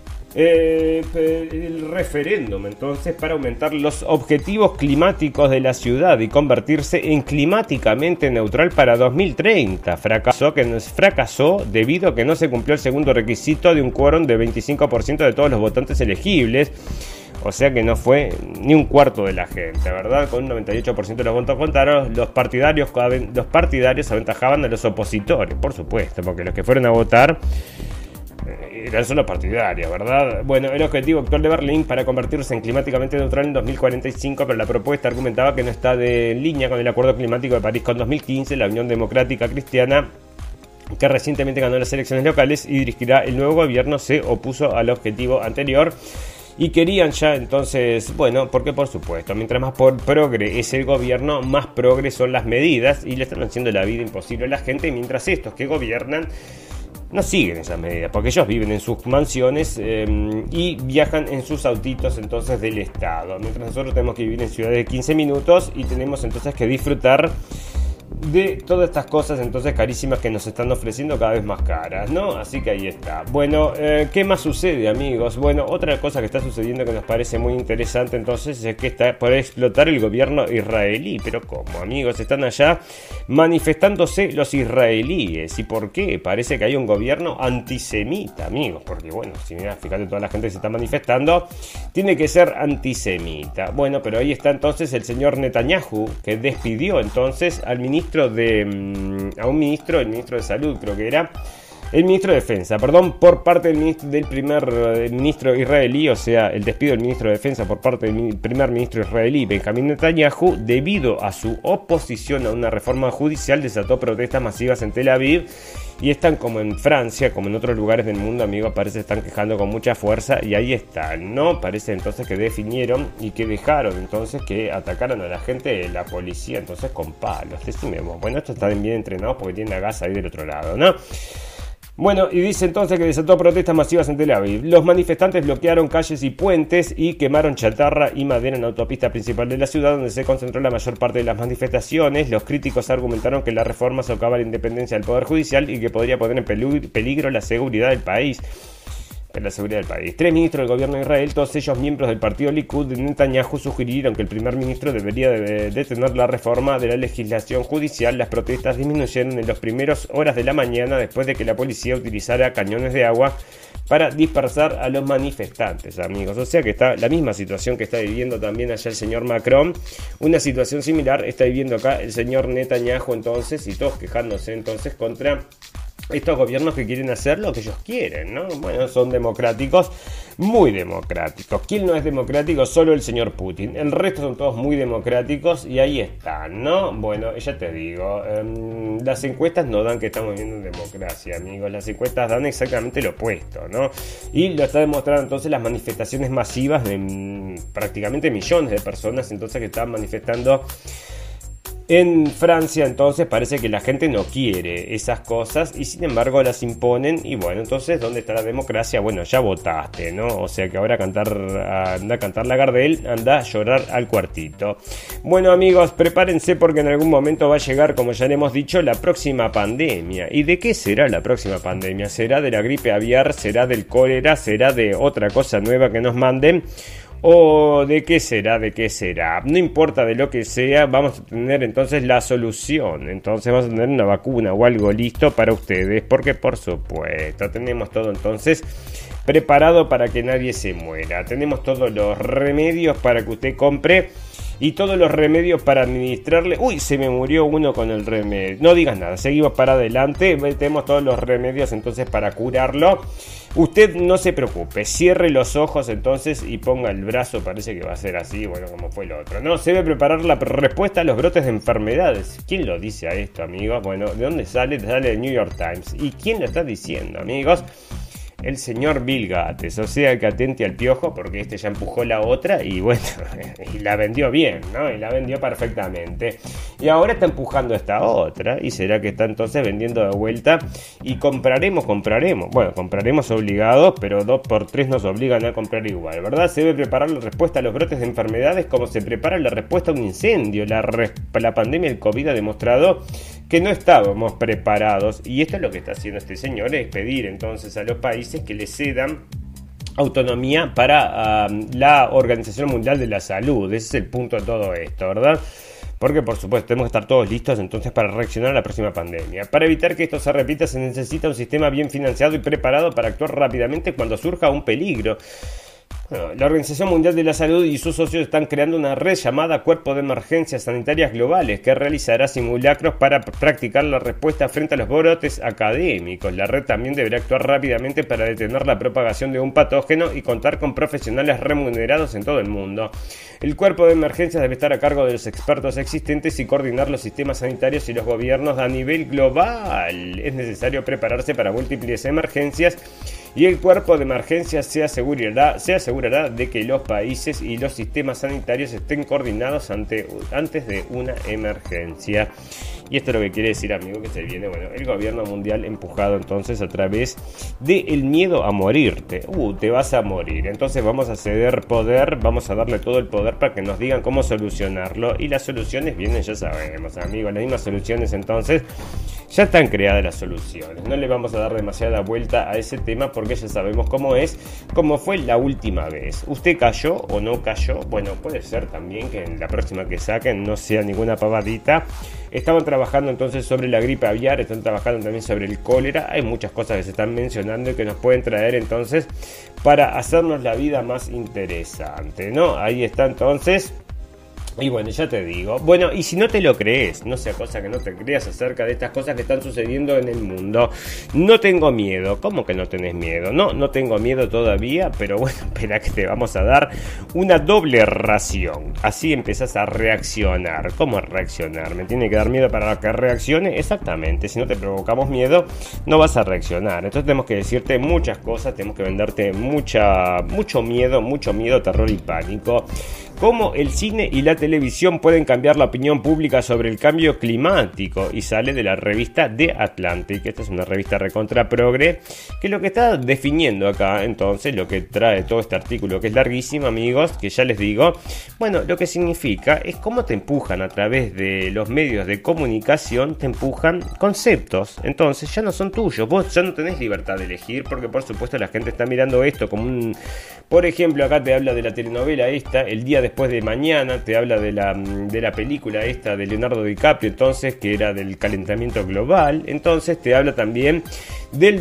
Eh, el referéndum entonces para aumentar los objetivos climáticos de la ciudad y convertirse en climáticamente neutral para dos mil treinta fracasó, que nos fracasó debido a que no se cumplió el segundo requisito de un quórum de veinticinco por ciento de todos los votantes elegibles. O sea que no fue ni un cuarto de la gente, ¿verdad? Con un noventa y ocho por ciento de los votos contados, los partidarios, los partidarios aventajaban a los opositores, por supuesto, porque los que fueron a votar eran solo partidarios, ¿verdad? Bueno, el objetivo actual de Berlín para convertirse en climáticamente neutral en dos mil cuarenta y cinco, pero la propuesta argumentaba que no está de en línea con el Acuerdo Climático de París con dos mil quince. La Unión Democrática Cristiana, que recientemente ganó las elecciones locales y dirigirá el nuevo gobierno, se opuso al objetivo anterior. Y querían ya entonces, bueno, porque por supuesto, mientras más por progre es el gobierno, más progre son las medidas, y le están haciendo la vida imposible a la gente, mientras estos que gobiernan no siguen esas medidas, porque ellos viven en sus mansiones eh, y viajan en sus autitos entonces del Estado, mientras nosotros tenemos que vivir en ciudades de quince minutos y tenemos entonces que disfrutar de todas estas cosas entonces carísimas que nos están ofreciendo, cada vez más caras, ¿no? Así que ahí está. Bueno, eh, ¿qué más sucede, amigos? Bueno, otra cosa que está sucediendo que nos parece muy interesante entonces es que está por explotar el gobierno israelí. Pero ¿cómo, amigos? Están allá manifestándose los israelíes. ¿Y por qué? Parece que hay un gobierno antisemita, amigos, porque bueno, si mirá, fíjate, toda la gente que se está manifestando tiene que ser antisemita. Bueno, pero ahí está entonces el señor Netanyahu, que despidió entonces al ministro de a un ministro, el ministro de salud creo que era, el ministro de defensa, perdón, por parte del, ministro, del primer eh, ministro israelí, o sea, el despido del ministro de defensa por parte del primer ministro israelí, Benjamín Netanyahu, debido a su oposición a una reforma judicial, desató protestas masivas en Tel Aviv. Y están como en Francia, como en otros lugares del mundo, amigos, parece que están quejando con mucha fuerza. Y ahí están, ¿no? Parece entonces que definieron y que dejaron entonces que atacaran a la gente de la policía, entonces con palos. Decimos, bueno, estos están bien entrenados porque tienen la gas ahí del otro lado, ¿no? Bueno, y dice entonces que desató protestas masivas en Tel Aviv. Los manifestantes bloquearon calles y puentes y quemaron chatarra y madera en la autopista principal de la ciudad, donde se concentró la mayor parte de las manifestaciones. Los críticos argumentaron que la reforma socava la independencia del Poder Judicial y que podría poner en peligro la seguridad del país. La seguridad del país. Tres ministros del gobierno de Israel, todos ellos miembros del partido Likud de Netanyahu, sugirieron que el primer ministro debería de detener la reforma de la legislación judicial. Las protestas disminuyeron en las primeras horas de la mañana después de que la policía utilizara cañones de agua para dispersar a los manifestantes, amigos. O sea que está la misma situación que está viviendo también allá el señor Macron. Una situación similar está viviendo acá el señor Netanyahu, entonces, y todos quejándose entonces contra estos gobiernos que quieren hacer lo que ellos quieren, ¿no? Bueno, son democráticos, muy democráticos. ¿Quién no es democrático? Solo el señor Putin. El resto son todos muy democráticos y ahí están, ¿no? Bueno, ya te digo, eh, las encuestas no dan que estamos viviendo en democracia, amigos. Las encuestas dan exactamente lo opuesto, ¿no? Y lo está demostrando entonces las manifestaciones masivas de mmm, prácticamente millones de personas entonces que están manifestando en Francia. Entonces parece que la gente no quiere esas cosas y sin embargo las imponen. Y bueno, entonces ¿dónde está la democracia? Bueno, ya votaste, ¿no? O sea que ahora a cantar, anda a cantar la Gardel, anda a llorar al cuartito. Bueno, amigos, prepárense porque en algún momento va a llegar, como ya le hemos dicho, la próxima pandemia. ¿Y de qué será la próxima pandemia? ¿Será de la gripe aviar? ¿Será del cólera? ¿Será de otra cosa nueva que nos manden? ¿O de qué será? ¿De qué será? No importa de lo que sea, vamos a tener entonces la solución. Entonces vamos a tener una vacuna o algo listo para ustedes, porque por supuesto tenemos todo entonces preparado para que nadie se muera. Tenemos todos los remedios para que usted compre y todos los remedios para administrarle. Uy, se me murió uno con el remedio. No digas nada, seguimos para adelante. Tenemos todos los remedios entonces para curarlo. Usted no se preocupe, cierre los ojos entonces y ponga el brazo, parece que va a ser así, bueno, como fue el otro. No, se debe preparar la respuesta a los brotes de enfermedades. ¿Quién lo dice a esto, amigos? Bueno, ¿de dónde sale? Sale del New York Times. ¿Y quién lo está diciendo, amigos? El señor Bill Gates, o sea que atente al piojo porque este ya empujó la otra y bueno, y la vendió bien, ¿no? Y la vendió perfectamente. Y ahora está empujando esta otra y será que está entonces vendiendo de vuelta y compraremos, compraremos. Bueno, compraremos obligados, pero dos por tres nos obligan a comprar igual, ¿verdad? Se debe preparar la respuesta a los brotes de enfermedades como se prepara la respuesta a un incendio. La, res- la pandemia del COVID ha demostrado que no estábamos preparados y esto es lo que está haciendo este señor, es pedir entonces a los países que le cedan autonomía para uh, la Organización Mundial de la Salud. Ese es el punto de todo esto, ¿verdad? Porque por supuesto tenemos que estar todos listos entonces para reaccionar a la próxima pandemia. Para evitar que esto se repita se necesita un sistema bien financiado y preparado para actuar rápidamente cuando surja un peligro. Bueno, la Organización Mundial de la Salud y sus socios están creando una red llamada Cuerpo de Emergencias Sanitarias Globales que realizará simulacros para practicar la respuesta frente a los brotes académicos. La red también deberá actuar rápidamente para detener la propagación de un patógeno y contar con profesionales remunerados en todo el mundo. El Cuerpo de Emergencias debe estar a cargo de los expertos existentes y coordinar los sistemas sanitarios y los gobiernos a nivel global. Es necesario prepararse para múltiples emergencias y el Cuerpo de Emergencias se asegurará, se asegurará de que los países y los sistemas sanitarios estén coordinados ante, antes de una emergencia. Y esto es lo que quiere decir, amigo, que se viene, bueno, el gobierno mundial empujado entonces a través del miedo a morirte. Uh, te vas a morir. Entonces vamos a ceder poder, vamos a darle todo el poder para que nos digan cómo solucionarlo. Y las soluciones vienen, ya sabemos, amigos, las mismas soluciones entonces. Ya están creadas las soluciones. No le vamos a dar demasiada vuelta a ese tema porque ya sabemos cómo es, cómo fue la última vez. ¿Usted cayó o no cayó? Bueno, puede ser también que en la próxima que saquen no sea ninguna pavadita. Estaban trabajando entonces sobre la gripe aviar, están trabajando también sobre el cólera. Hay muchas cosas que se están mencionando y que nos pueden traer entonces para hacernos la vida más interesante, ¿no? Ahí está entonces. Y bueno, ya te digo, bueno, y si no te lo crees, no sea cosa que no te creas acerca de estas cosas que están sucediendo en el mundo. No tengo miedo. ¿Cómo que no tenés miedo? No, no tengo miedo todavía, pero bueno, espera que te vamos a dar una doble ración. Así empezás a reaccionar. ¿Cómo reaccionar? ¿Me tiene que dar miedo para que reaccione? Exactamente, si no te provocamos miedo, no vas a reaccionar. Entonces tenemos que decirte muchas cosas, tenemos que venderte mucha, mucho miedo, mucho miedo, terror y pánico. cómo el cine y la televisión pueden cambiar la opinión pública sobre el cambio climático, y sale de la revista The Atlantic. Esta es una revista recontra progre, que lo que está definiendo acá, entonces, lo que trae todo este artículo, que es larguísimo, amigos, que ya les digo, bueno, lo que significa es cómo te empujan a través de los medios de comunicación, te empujan conceptos, entonces ya no son tuyos, vos ya no tenés libertad de elegir, porque por supuesto la gente está mirando esto como un... Por ejemplo, acá te habla de la telenovela esta, El día después de mañana, te habla de la, de la película esta de Leonardo DiCaprio, entonces, que era del calentamiento global, entonces te habla también del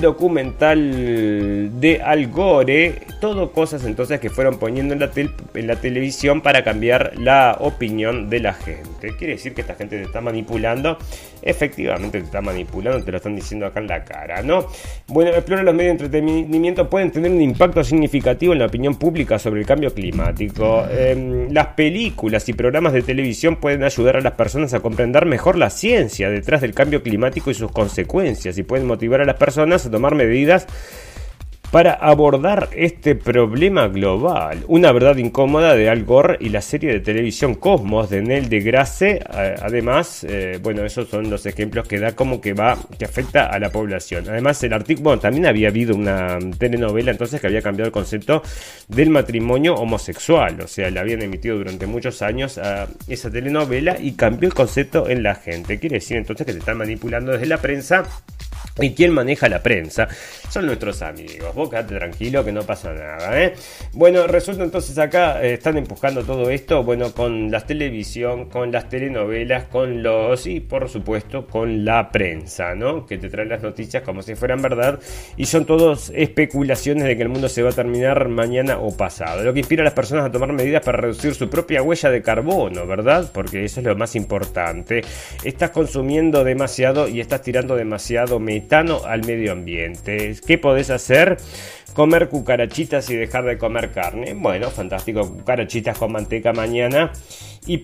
documental de Al Gore, todo cosas entonces que fueron poniendo en la, tel- en la televisión para cambiar la opinión de la gente. Quiere decir que esta gente te está manipulando, efectivamente te está manipulando, te lo están diciendo acá en la cara, ¿no? Bueno, explora los medios de entretenimiento pueden tener un impacto significativo en la opinión pública sobre el cambio climático. Eh, las películas y programas de televisión pueden ayudar a las personas a comprender mejor la ciencia detrás del cambio climático y sus consecuencias, y pueden motivar a las personas a tomar medidas para abordar este problema global. Una verdad incómoda, de Al Gore, y la serie de televisión Cosmos de Neil deGrasse. Además, eh, bueno, esos son los ejemplos que da como que va, que afecta a la población. Además, el artículo, bueno, también había habido una telenovela entonces que había cambiado el concepto del matrimonio homosexual. O sea, la habían emitido durante muchos años a esa telenovela y cambió el concepto en la gente. Quiere decir entonces que te están manipulando desde la prensa. ¿Y quién maneja la prensa? Son nuestros amigos. Vos quedate tranquilo que no pasa nada, ¿eh? Bueno, resulta entonces acá eh, están empujando todo esto, bueno, con la televisión, con las telenovelas, con los... y por supuesto con la prensa, ¿no? Que te traen las noticias como si fueran verdad, y son todos especulaciones de que el mundo se va a terminar mañana o pasado. Lo que inspira a las personas a tomar medidas para reducir su propia huella de carbono, ¿verdad? Porque eso es lo más importante. Estás consumiendo demasiado y estás tirando demasiado metano al medio ambiente. ¿Qué podés hacer? Comer cucarachitas y dejar de comer carne. Bueno, fantástico, cucarachitas con manteca mañana. Y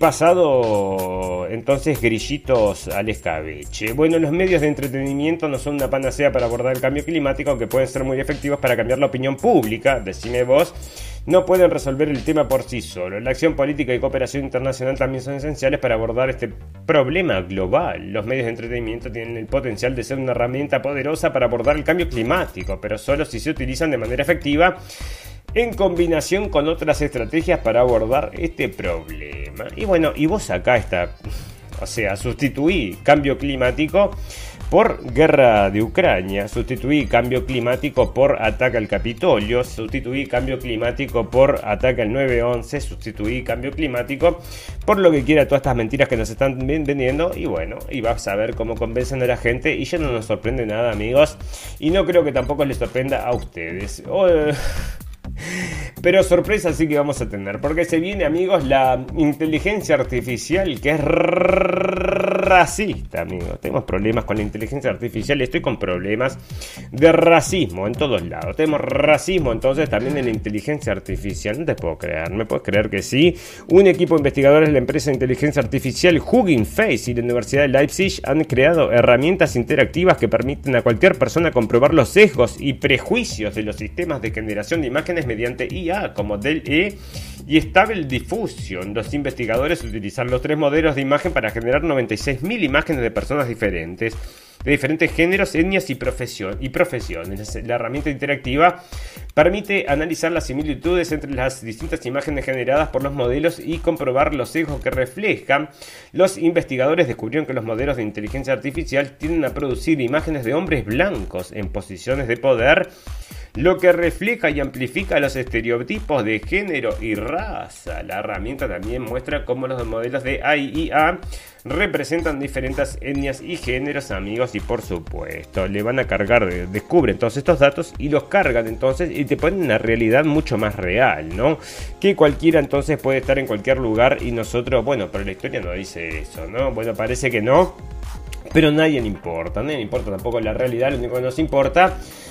pasado, entonces, grillitos al escabeche. Bueno, los medios de entretenimiento no son una panacea para abordar el cambio climático, aunque pueden ser muy efectivos para cambiar la opinión pública. Decime vos. No pueden resolver el tema por sí solos. La acción política y cooperación internacional también son esenciales para abordar este problema global. Los medios de entretenimiento tienen el potencial de ser una herramienta poderosa para abordar el cambio climático, pero solo si se utilizan de manera efectiva en combinación con otras estrategias para abordar este problema. Y bueno, y vos acá está, o sea, sustituí cambio climático por guerra de Ucrania, sustituí cambio climático por ataque al Capitolio, sustituí cambio climático por ataque al nueve once, sustituí cambio climático por lo que quiera, todas estas mentiras que nos están vendiendo. Y bueno, y vas a ver cómo convencen a la gente, y ya no nos sorprende nada, amigos, y no creo que tampoco les sorprenda a ustedes. Oh, pero sorpresa sí que vamos a tener, porque se viene, amigos, la inteligencia artificial, que es racista, amigos. Tenemos problemas con la inteligencia artificial, estoy con problemas de racismo en todos lados. Tenemos racismo entonces también en la inteligencia artificial. No te puedo creer, ¿me puedes creer que sí? Un equipo de investigadores de la empresa de inteligencia artificial Hugging Face y la Universidad de Leipzig han creado herramientas interactivas que permiten a cualquier persona comprobar los sesgos y prejuicios de los sistemas de generación de imágenes mediante I A, como D A L E y Stable Diffusion. Los investigadores utilizan los tres modelos de imagen para generar noventa y seis mil imágenes de personas diferentes, de diferentes géneros, etnias y, profesión, y profesiones. La herramienta interactiva permite analizar las similitudes entre las distintas imágenes generadas por los modelos y comprobar los sesgos que reflejan. Los investigadores descubrieron que los modelos de inteligencia artificial tienden a producir imágenes de hombres blancos en posiciones de poder, lo que refleja y amplifica los estereotipos de género y raza. La herramienta también muestra cómo los modelos de I A representan diferentes etnias y géneros, amigos, y por supuesto le van a cargar, de, descubren todos estos datos y los cargan entonces y te ponen una realidad mucho más real, ¿no? Que cualquiera entonces puede estar en cualquier lugar y nosotros, bueno, pero la historia no dice eso, ¿no? Bueno, parece que no, pero a nadie le importa, a nadie le importa tampoco la realidad, lo único que nos importa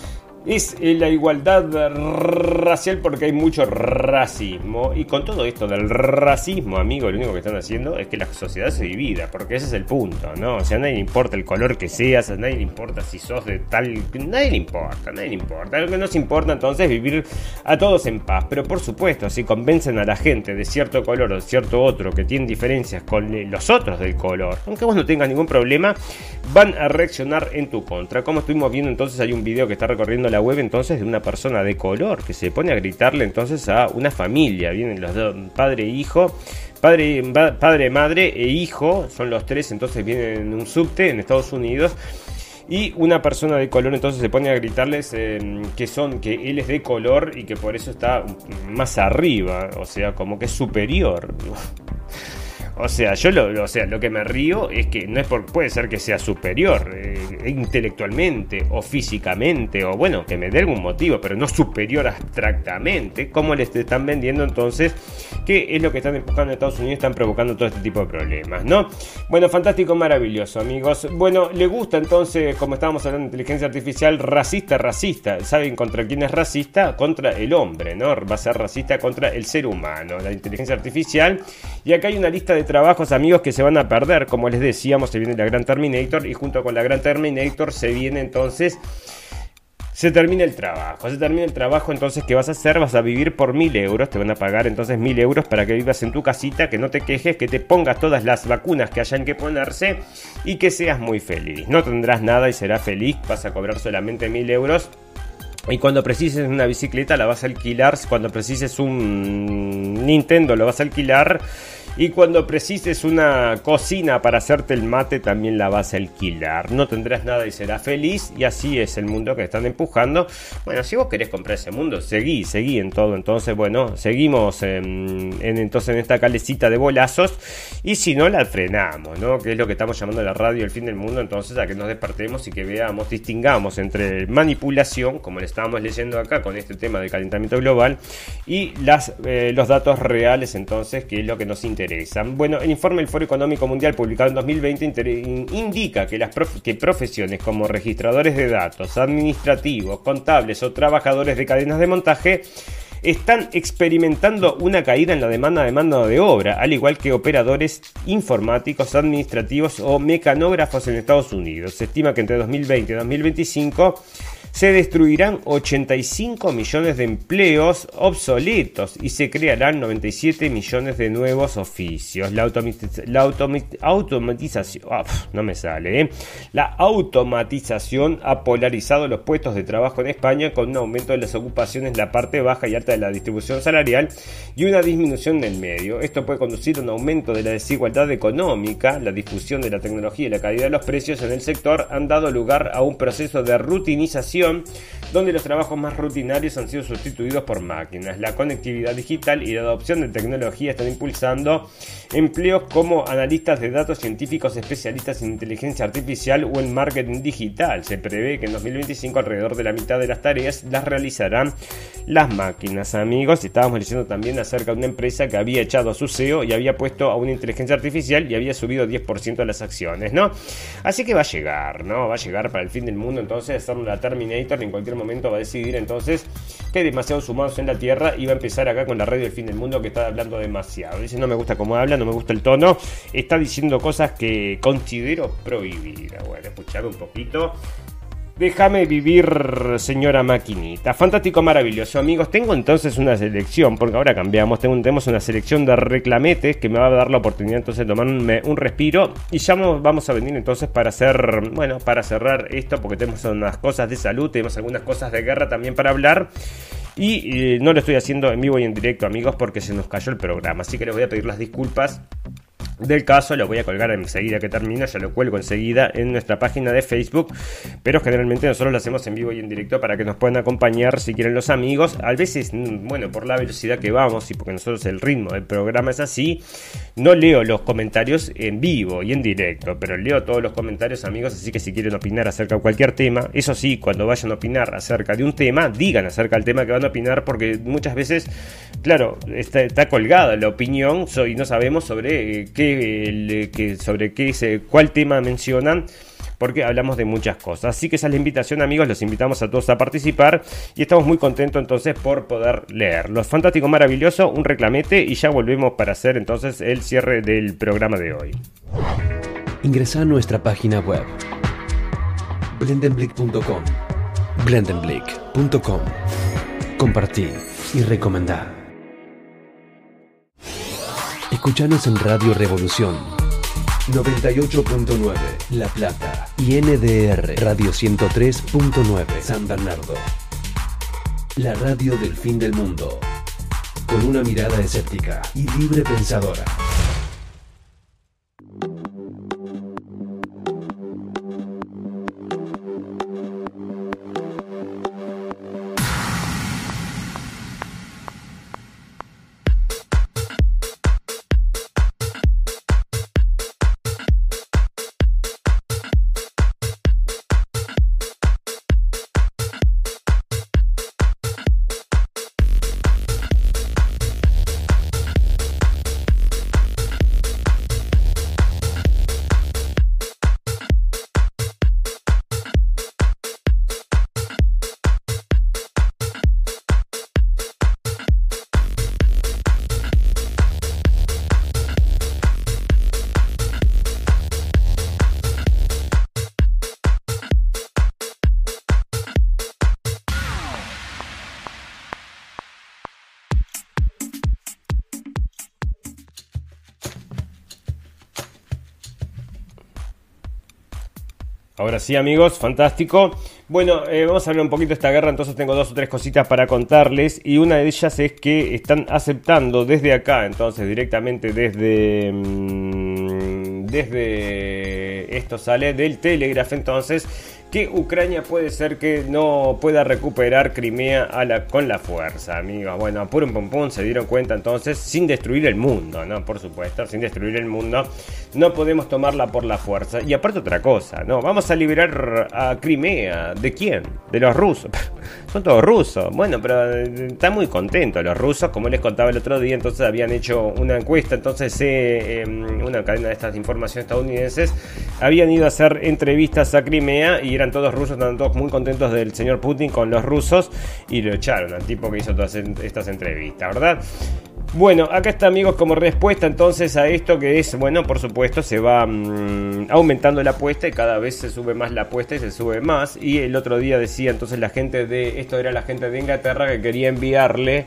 es la igualdad racial, porque hay mucho racismo. Y con todo esto del racismo, amigo, lo único que están haciendo es que la sociedad se divida, porque ese es el punto, ¿no? O sea, a nadie le importa el color que seas, a nadie le importa si sos de tal... Nadie le importa, a nadie le importa. Lo que nos importa entonces es vivir a todos en paz. Pero por supuesto, si convencen a la gente de cierto color o de cierto otro que tiene diferencias con los otros del color, aunque vos no tengas ningún problema, van a reaccionar en tu contra. Como estuvimos viendo entonces, hay un video que está recorriendo la web entonces de una persona de color que se pone a gritarle entonces a una familia. Vienen los dos, padre e hijo, padre, padre, madre e hijo, son los tres, entonces vienen en un subte en Estados Unidos. Y una persona de color entonces se pone a gritarles eh, que son, que él es de color y que por eso está más arriba, o sea, como que es superior. O sea, yo lo, o sea, lo que me río es que no es por, puede ser que sea superior eh, intelectualmente o físicamente, o bueno, que me dé algún motivo, pero no superior abstractamente, como les están vendiendo entonces, que es lo que están empujando en Estados Unidos, están provocando todo este tipo de problemas, ¿no? Bueno, fantástico, maravilloso, amigos. Bueno, le gusta entonces, como estábamos hablando de inteligencia artificial, racista, racista. ¿Saben contra quién es racista? Contra el hombre, ¿no? Va a ser racista contra el ser humano, la inteligencia artificial. Y acá hay una lista de trabajos, amigos, que se van a perder. Como les decíamos, se viene la Gran Terminator, y junto con la Gran Terminator se viene entonces, se termina el trabajo, se termina el trabajo, entonces ¿qué vas a hacer? Vas a vivir por mil euros, te van a pagar entonces mil euros para que vivas en tu casita, que no te quejes, que te pongas todas las vacunas que hayan que ponerse y que seas muy feliz. No tendrás nada y serás feliz, vas a cobrar solamente mil euros. Y cuando precises una bicicleta la vas a alquilar, cuando precises un Nintendo lo vas a alquilar, y cuando precises una cocina para hacerte el mate también la vas a alquilar. No tendrás nada y serás feliz, y así es el mundo que están empujando. Bueno, si vos querés comprar ese mundo, seguí, seguí en todo. Entonces, bueno, seguimos en, en, entonces en esta calecita de bolazos, y si no, la frenamos, ¿no? Que es lo que estamos llamando la radio el fin del mundo. Entonces, a que nos despertemos y que veamos, distingamos entre manipulación, como les estábamos leyendo acá con este tema del calentamiento global, y las, eh, los datos reales, entonces, que es lo que nos interesa. Bueno, el informe del Foro Económico Mundial publicado en dos mil veinte indica que las prof que profesiones como registradores de datos, administrativos, contables o trabajadores de cadenas de montaje están experimentando una caída en la demanda de mano de obra, al igual que operadores informáticos, administrativos o mecanógrafos en Estados Unidos. Se estima que entre dos mil veinte y dos mil veinticinco se destruirán ochenta y cinco millones de empleos obsoletos y se crearán noventa y siete millones de nuevos oficios. La, automatiz la automatización, oh, no me sale, ¿eh? La automatización ha polarizado los puestos de trabajo en España, con un aumento de las ocupaciones en la parte baja y alta de la distribución salarial y una disminución del medio. Esto puede conducir a un aumento de la desigualdad económica. La difusión de la tecnología y la caída de los precios en el sector han dado lugar a un proceso de rutinización, donde los trabajos más rutinarios han sido sustituidos por máquinas. La conectividad digital y la adopción de tecnología están impulsando empleos como analistas de datos, científicos, especialistas en inteligencia artificial o en marketing digital. Se prevé que en dos mil veinticinco alrededor de la mitad de las tareas las realizarán las máquinas, amigos. Estábamos leyendo también acerca de una empresa que había echado a su C E O y había puesto a una inteligencia artificial y había subido diez por ciento de las acciones, ¿no? Así que va a llegar, ¿no? Va a llegar para el fin del mundo, entonces, hacerlo la Terminator. En cualquier momento va a decidir entonces que hay demasiados humanos en la Tierra y va a empezar acá con la radio del fin del mundo, que está hablando demasiado. Dice, no me gusta cómo habla, no me gusta el tono, está diciendo cosas que considero prohibidas. Bueno, escuchame un poquito. Déjame vivir, señora maquinita. Fantástico, maravilloso, amigos. Tengo entonces una selección, porque ahora cambiamos. Tengo, tenemos una selección de reclametes que me va a dar la oportunidad entonces de tomar un, un respiro. Y ya vamos a venir entonces para hacer, bueno, para cerrar esto, porque tenemos unas cosas de salud, tenemos algunas cosas de guerra también para hablar. Y eh, no lo estoy haciendo en vivo y en directo, amigos, porque se nos cayó el programa. Así que les voy a pedir las disculpas del caso. Lo voy a colgar enseguida que termine, ya lo cuelgo enseguida en nuestra página de Facebook, pero generalmente nosotros lo hacemos en vivo y en directo para que nos puedan acompañar si quieren los amigos. A veces, bueno, por la velocidad que vamos y porque nosotros el ritmo del programa es así, no leo los comentarios en vivo y en directo, pero leo todos los comentarios, amigos, así que si quieren opinar acerca de cualquier tema, eso sí, cuando vayan a opinar acerca de un tema, digan acerca del tema que van a opinar, porque muchas veces, claro, está, está colgada la opinión y no sabemos sobre eh, qué El, que sobre qué cuál tema mencionan, porque hablamos de muchas cosas. Así que esa es la invitación, amigos, los invitamos a todos a participar y estamos muy contentos entonces por poder leerlos. Fantástico, maravilloso, un reclamete y ya volvemos para hacer entonces el cierre del programa de hoy. Ingresa a nuestra página web blendenblick punto com, blendenblick punto com. Compartí y recomendá. Escuchanos en Radio Revolución noventa y ocho punto nueve La Plata y N D R Radio ciento tres punto nueve San Bernardo. La radio del fin del mundo, con una mirada escéptica y libre pensadora. Ahora sí, amigos, fantástico. Bueno, eh, vamos a hablar un poquito de esta guerra, entonces tengo dos o tres cositas para contarles y una de ellas es que están aceptando desde acá, entonces directamente desde... Mmm, desde... esto sale del Telegraph, entonces, que Ucrania puede ser que no pueda recuperar Crimea a la, con la fuerza, amigos. Bueno, pum pum pum, se dieron cuenta entonces, sin destruir el mundo, ¿no? Por supuesto, sin destruir el mundo, no podemos tomarla por la fuerza. Y aparte otra cosa, ¿no? Vamos a liberar a Crimea. ¿De quién? De los rusos. Son todos rusos. Bueno, pero están muy contentos los rusos, como les contaba el otro día, entonces habían hecho una encuesta, entonces eh, eh, una cadena de estas de información estadounidenses, habían ido a hacer entrevistas a Crimea y eran todos rusos, estaban todos muy contentos del señor Putin con los rusos y lo echaron al tipo que hizo todas estas entrevistas, ¿verdad? Bueno, acá está, amigos, como respuesta entonces a esto que es, bueno, por supuesto se va mmm, aumentando la apuesta y cada vez se sube más la apuesta y se sube más. Y el otro día decía entonces la gente de, esto era la gente de Inglaterra que quería enviarle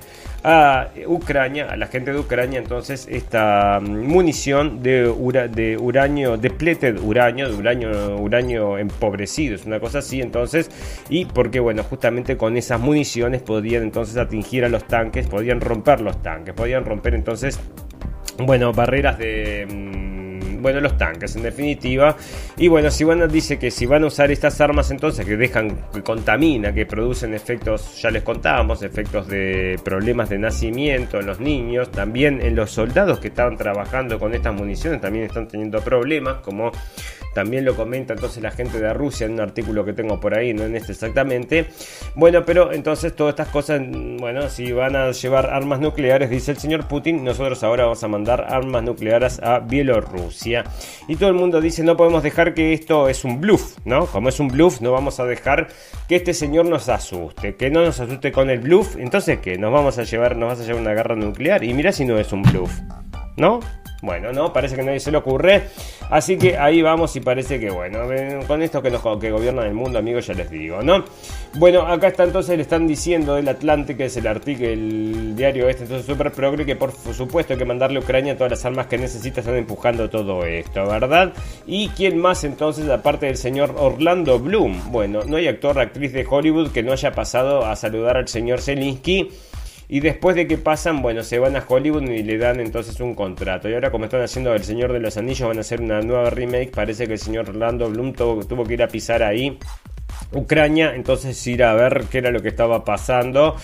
a Ucrania, a la gente de Ucrania entonces esta munición de, ura, de uranio, depleted uranio, de uranio, uranio empobrecido, es una cosa así entonces, y porque bueno, justamente con esas municiones podían entonces atingir a los tanques, podían romper los tanques, podían romper entonces, bueno, barreras de... bueno, los tanques en definitiva. Y bueno, si van a, dice que si van a usar estas armas entonces que dejan, que contamina, que producen efectos, ya les contábamos, efectos de problemas de nacimiento en los niños, también en los soldados que estaban trabajando con estas municiones también están teniendo problemas, como también lo comenta entonces la gente de Rusia en un artículo que tengo por ahí, no en este exactamente. Bueno, pero entonces todas estas cosas, bueno, si van a llevar armas nucleares, dice el señor Putin, nosotros ahora vamos a mandar armas nucleares a Bielorrusia. Y todo el mundo dice, no podemos dejar que esto es un bluff, ¿no? Como es un bluff, no vamos a dejar que este señor nos asuste, que no nos asuste con el bluff. Entonces, ¿qué? Nos vamos a llevar, nos vas a llevar una guerra nuclear. Y mira si no es un bluff, ¿no? Bueno, no, parece que a nadie se le ocurre. Así que ahí vamos y parece que bueno, con esto que, nos, que gobiernan el mundo, amigos, ya les digo, ¿no? Bueno, acá está entonces, le están diciendo del Atlante, que es el artículo, el diario este, entonces Super Progre, que por supuesto hay que mandarle a Ucrania todas las armas que necesita, están empujando todo esto, ¿verdad? ¿Y quién más entonces, aparte del señor Orlando Bloom? Bueno, no hay actor o actriz de Hollywood que no haya pasado a saludar al señor Zelensky. Y después de que pasan, bueno, se van a Hollywood y le dan entonces un contrato. Y ahora, como están haciendo El Señor de los Anillos, van a hacer una nueva remake. Parece que el señor Orlando Bloom tuvo, tuvo que ir a pisar ahí Ucrania, entonces ir a ver qué era lo que estaba pasando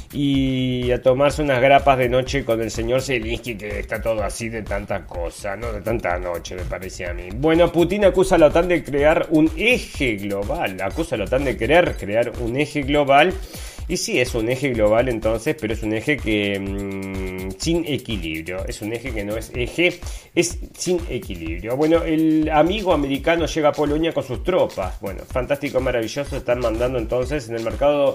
y a tomarse unas grapas de noche con el señor Zelensky, que está todo así de tanta cosa, ¿no? De tanta noche, me parece a mí. Bueno, Putin acusa a la OTAN de crear un eje global. Acusa a la OTAN de querer crear un eje global. Y sí, es un eje global entonces, pero es un eje que mmm, sin equilibrio. Es un eje que no es eje, es sin equilibrio. Bueno, el amigo americano llega a Polonia con sus tropas. Bueno, fantástico, maravilloso. Están mandando entonces en el mercado...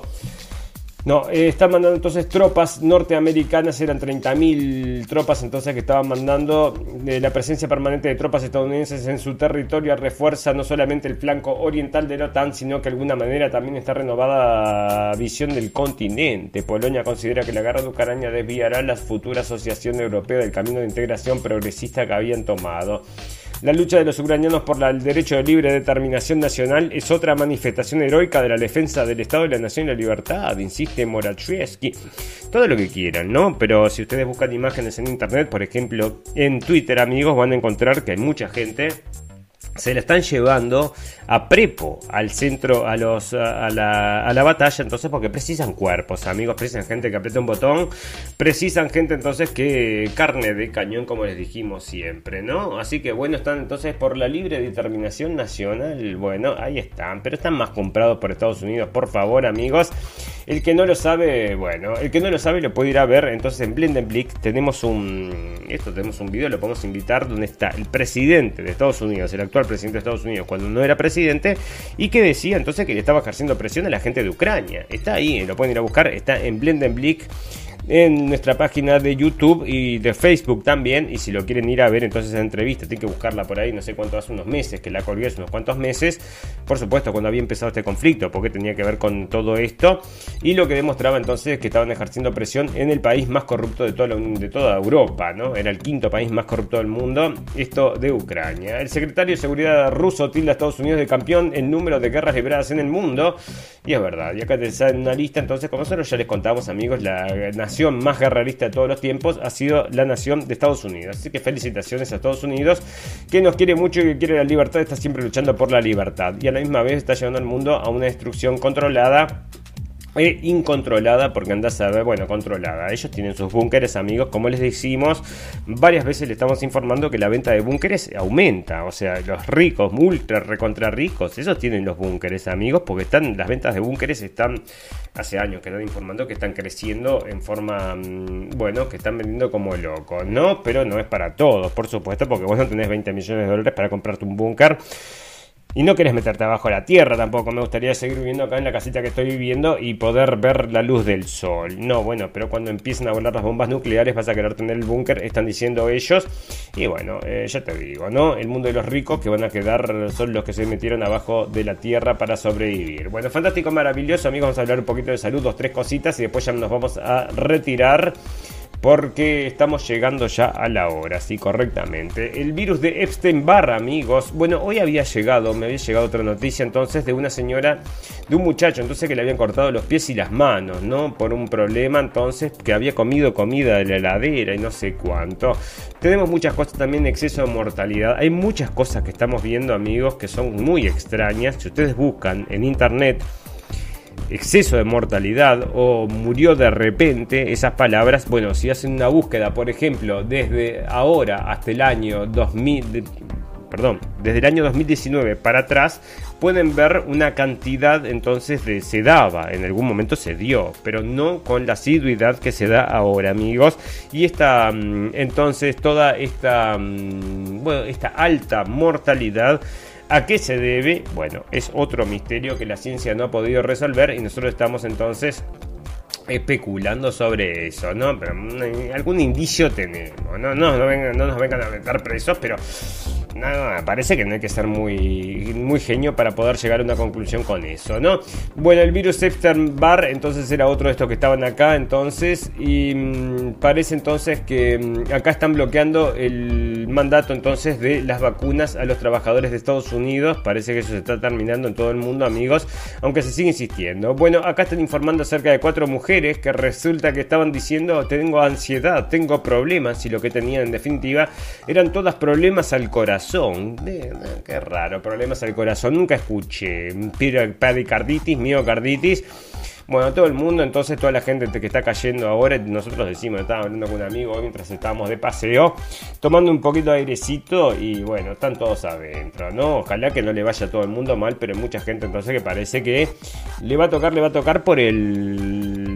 No, eh, están mandando entonces tropas norteamericanas, eran treinta mil tropas entonces que estaban mandando. Eh, la presencia permanente de tropas estadounidenses en su territorio refuerza no solamente el flanco oriental de la OTAN, sino que de alguna manera también está renovada visión del continente. Polonia considera que la guerra de Ucrania desviará la futura asociación europea del camino de integración progresista que habían tomado. La lucha de los ucranianos por la, el derecho de libre determinación nacional es otra manifestación heroica de la defensa del Estado de la Nación y la libertad, insiste Morawiecki. Todo lo que quieran, ¿no? Pero si ustedes buscan imágenes en internet, por ejemplo, en Twitter, amigos, van a encontrar que hay mucha gente... se la están llevando a prepo al centro, a los a la, a la batalla, entonces porque precisan cuerpos, amigos, precisan gente que apriete un botón, precisan gente entonces que carne de cañón, como les dijimos siempre, ¿no? Así que bueno, están entonces por la libre determinación nacional, bueno, ahí están, pero están más comprados por Estados Unidos, por favor, amigos. El que no lo sabe, bueno, el que no lo sabe lo puede ir a ver. Entonces en Blendenblick tenemos un, esto tenemos un video, lo podemos invitar, donde está el presidente de Estados Unidos, el actual presidente de Estados Unidos cuando no era presidente, y que decía entonces que le estaba ejerciendo presión a la gente de Ucrania. Está ahí, lo pueden ir a buscar, está en Blendenblick, en nuestra página de YouTube y de Facebook también. Y si lo quieren ir a ver entonces esa entrevista, tienen que buscarla por ahí, no sé cuánto, hace unos meses que la colgué, hace unos cuantos meses, por supuesto cuando había empezado este conflicto, porque tenía que ver con todo esto, y lo que demostraba entonces es que estaban ejerciendo presión en el país más corrupto de toda, la, de toda Europa, ¿no? Era el quinto país más corrupto del mundo, esto de Ucrania. El secretario de Seguridad ruso tilda a Estados Unidos de campeón en número de guerras libradas en el mundo, y es verdad, y acá te sale una lista entonces, como nosotros ya les contamos, amigos, la nación más guerrerista de todos los tiempos ha sido la nación de Estados Unidos. Así que felicitaciones a Estados Unidos, que nos quiere mucho y que quiere la libertad, está siempre luchando por la libertad, y a la misma vez está llevando al mundo a una destrucción controlada e incontrolada, porque andás a ver, bueno, controlada. Ellos tienen sus búnkeres, amigos, como les decimos, varias veces le estamos informando que la venta de búnkeres aumenta, o sea, los ricos, ultra recontra ricos, esos tienen los búnkeres, amigos, porque están, las ventas de búnkeres están, hace años que están informando que están creciendo en forma, bueno, que están vendiendo como locos, ¿no? Pero no es para todos, por supuesto, porque vos no tenés veinte millones de dólares para comprarte un búnker. Y no querés meterte abajo de la tierra tampoco. Me gustaría seguir viviendo acá en la casita que estoy viviendo y poder ver la luz del sol. No, bueno, pero cuando empiecen a volar las bombas nucleares vas a querer tener el búnker, están diciendo ellos. Y bueno, eh, ya te digo, ¿no? El mundo de los ricos que van a quedar son los que se metieron abajo de la tierra para sobrevivir. Bueno, fantástico, maravilloso, amigos. Vamos a hablar un poquito de salud, dos, tres cositas, y después ya nos vamos a retirar, porque estamos llegando ya a la hora, sí, correctamente. El virus de Epstein-Barr, amigos. Bueno, hoy había llegado, me había llegado otra noticia entonces de una señora, de un muchacho entonces que le habían cortado los pies y las manos, ¿no? Por un problema entonces que había comido comida de la heladera y no sé cuánto. Tenemos muchas cosas también, exceso de mortalidad. Hay muchas cosas que estamos viendo, amigos, que son muy extrañas. Si ustedes buscan en internet exceso de mortalidad o murió de repente, esas palabras, bueno, si hacen una búsqueda, por ejemplo, desde ahora hasta el año dos mil, de, perdón, desde el año dos mil diecinueve para atrás, pueden ver una cantidad entonces de se daba, en algún momento se dio, pero no con la asiduidad que se da ahora, amigos. Y esta, entonces, toda esta, bueno, esta alta mortalidad, ¿a qué se debe? Bueno, es otro misterio que la ciencia no ha podido resolver, y nosotros estamos entonces especulando sobre eso, ¿no? Pero algún indicio tenemos, ¿no? No, no, vengan, no nos vengan a meter presos, pero nada, no, parece que no hay que ser muy, muy genio para poder llegar a una conclusión con eso, ¿no? Bueno, el virus Epstein-Barr entonces era otro de estos que estaban acá entonces, y mmm, parece entonces que mmm, acá están bloqueando el mandato entonces de las vacunas a los trabajadores de Estados Unidos. Parece que eso se está terminando en todo el mundo, amigos, aunque se sigue insistiendo. Bueno, acá están informando acerca de cuatro mujeres que resulta que estaban diciendo: tengo ansiedad, tengo problemas, y lo que tenían en definitiva eran todas problemas al corazón. Eh, qué raro, problemas al corazón, nunca escuché. Pericarditis, miocarditis. Bueno, todo el mundo, entonces toda la gente que está cayendo ahora, nosotros decimos, estaba hablando con un amigo mientras estábamos de paseo, tomando un poquito de airecito, y bueno, están todos adentro, ¿no? Ojalá que no le vaya a todo el mundo mal, pero hay mucha gente entonces que parece que le va a tocar, le va a tocar por el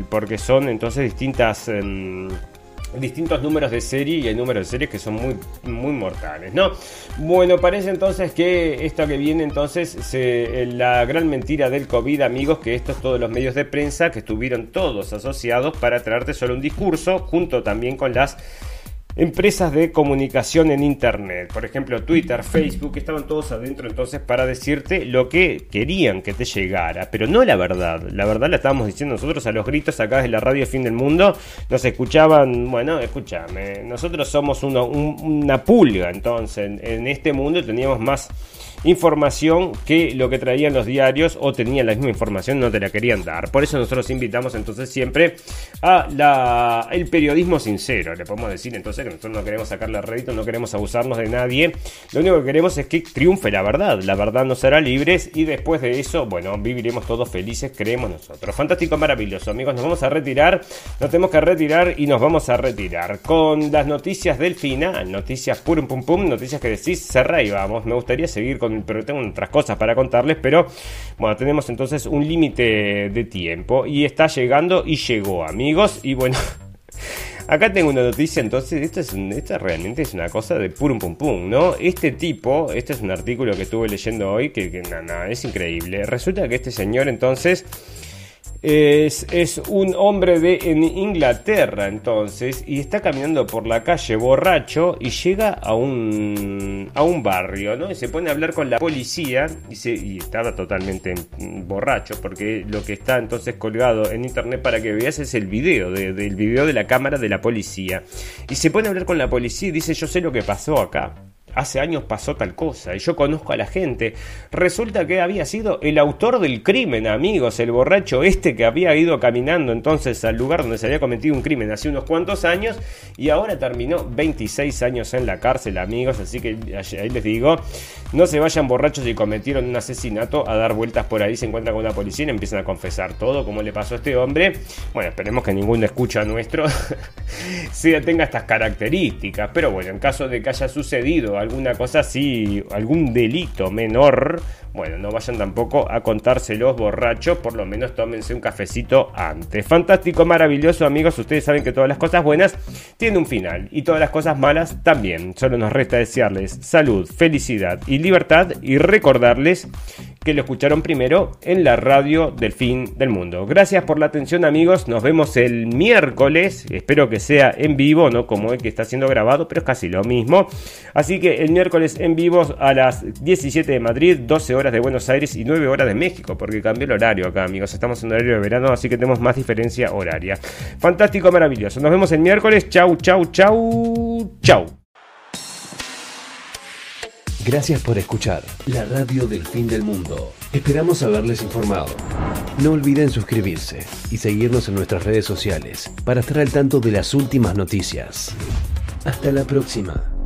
porque son entonces distintas... Eh, distintos números de serie y hay números de series que son muy, muy mortales, ¿no? Bueno, parece entonces que esto que viene entonces, se, la gran mentira del COVID, amigos, que estos todos los medios de prensa que estuvieron todos asociados para traerte solo un discurso, junto también con las empresas de comunicación en internet, por ejemplo Twitter, Facebook, estaban todos adentro entonces para decirte lo que querían que te llegara, pero no la verdad. La verdad la estábamos diciendo nosotros a los gritos acá desde la radio Fin del Mundo. Nos escuchaban, bueno, escúchame, nosotros somos uno, un, una pulga entonces en, en este mundo, teníamos más información que lo que traían los diarios, o tenían la misma información, no te la querían dar. Por eso nosotros invitamos entonces siempre a la, el periodismo sincero. Le podemos decir entonces que nosotros no queremos sacarle rédito, no queremos abusarnos de nadie. Lo único que queremos es que triunfe la verdad. La verdad nos hará libres y después de eso, bueno, viviremos todos felices, creemos nosotros. Fantástico, maravilloso, amigos. Nos vamos a retirar, nos tenemos que retirar y nos vamos a retirar con las noticias del final. Noticias purum pum pum, noticias que decís, cerrá y vamos. Me gustaría seguir con, pero tengo otras cosas para contarles, pero bueno, tenemos entonces un límite de tiempo y está llegando y llegó, amigos. Y bueno, acá tengo una noticia, entonces, esto, es un, esto realmente es una cosa de purum pum pum, ¿no? Este tipo, este es un artículo que estuve leyendo hoy, que, que no, no, es increíble. Resulta que este señor, entonces, es, es un hombre de en Inglaterra, entonces, y está caminando por la calle borracho y llega a un, a un barrio, ¿no? Y se pone a hablar con la policía y, se, y estaba totalmente borracho, porque lo que está entonces colgado en internet para que veas es el video, de, del video de la cámara de la policía. Y se pone a hablar con la policía y dice: yo sé lo que pasó acá. Hace años pasó tal cosa y yo conozco a la gente. Resulta que había sido el autor del crimen, amigos, el borracho este que había ido caminando entonces al lugar donde se había cometido un crimen hace unos cuantos años y ahora terminó veintiséis años en la cárcel, amigos. Así que ahí les digo, no se vayan borrachos y cometieron un asesinato a dar vueltas por ahí, se encuentran con una policía y empiezan a confesar todo como le pasó a este hombre. Bueno, esperemos que ningún escucha nuestro sea, tenga estas características, pero bueno, en caso de que haya sucedido alguna cosa así, algún delito menor, bueno, no vayan tampoco a contárselos borrachos, por lo menos tómense un cafecito antes. Fantástico, maravilloso, amigos. Ustedes saben que todas las cosas buenas tienen un final y todas las cosas malas también. Solo nos resta desearles salud, felicidad y libertad y recordarles que lo escucharon primero en la radio del Fin del Mundo. Gracias por la atención, amigos. Nos vemos el miércoles. Espero que sea en vivo, no como el que está siendo grabado, pero es casi lo mismo. Así que el miércoles en vivo a las diecisiete de Madrid, doce horas de Buenos Aires y nueve horas de México, porque cambió el horario acá, amigos. Estamos en horario de verano, así que tenemos más diferencia horaria. Fantástico, maravilloso. Nos vemos el miércoles. Chau, chau, chau, chau. Gracias por escuchar la radio del Fin del Mundo. Esperamos haberles informado. No olviden suscribirse y seguirnos en nuestras redes sociales para estar al tanto de las últimas noticias. Hasta la próxima.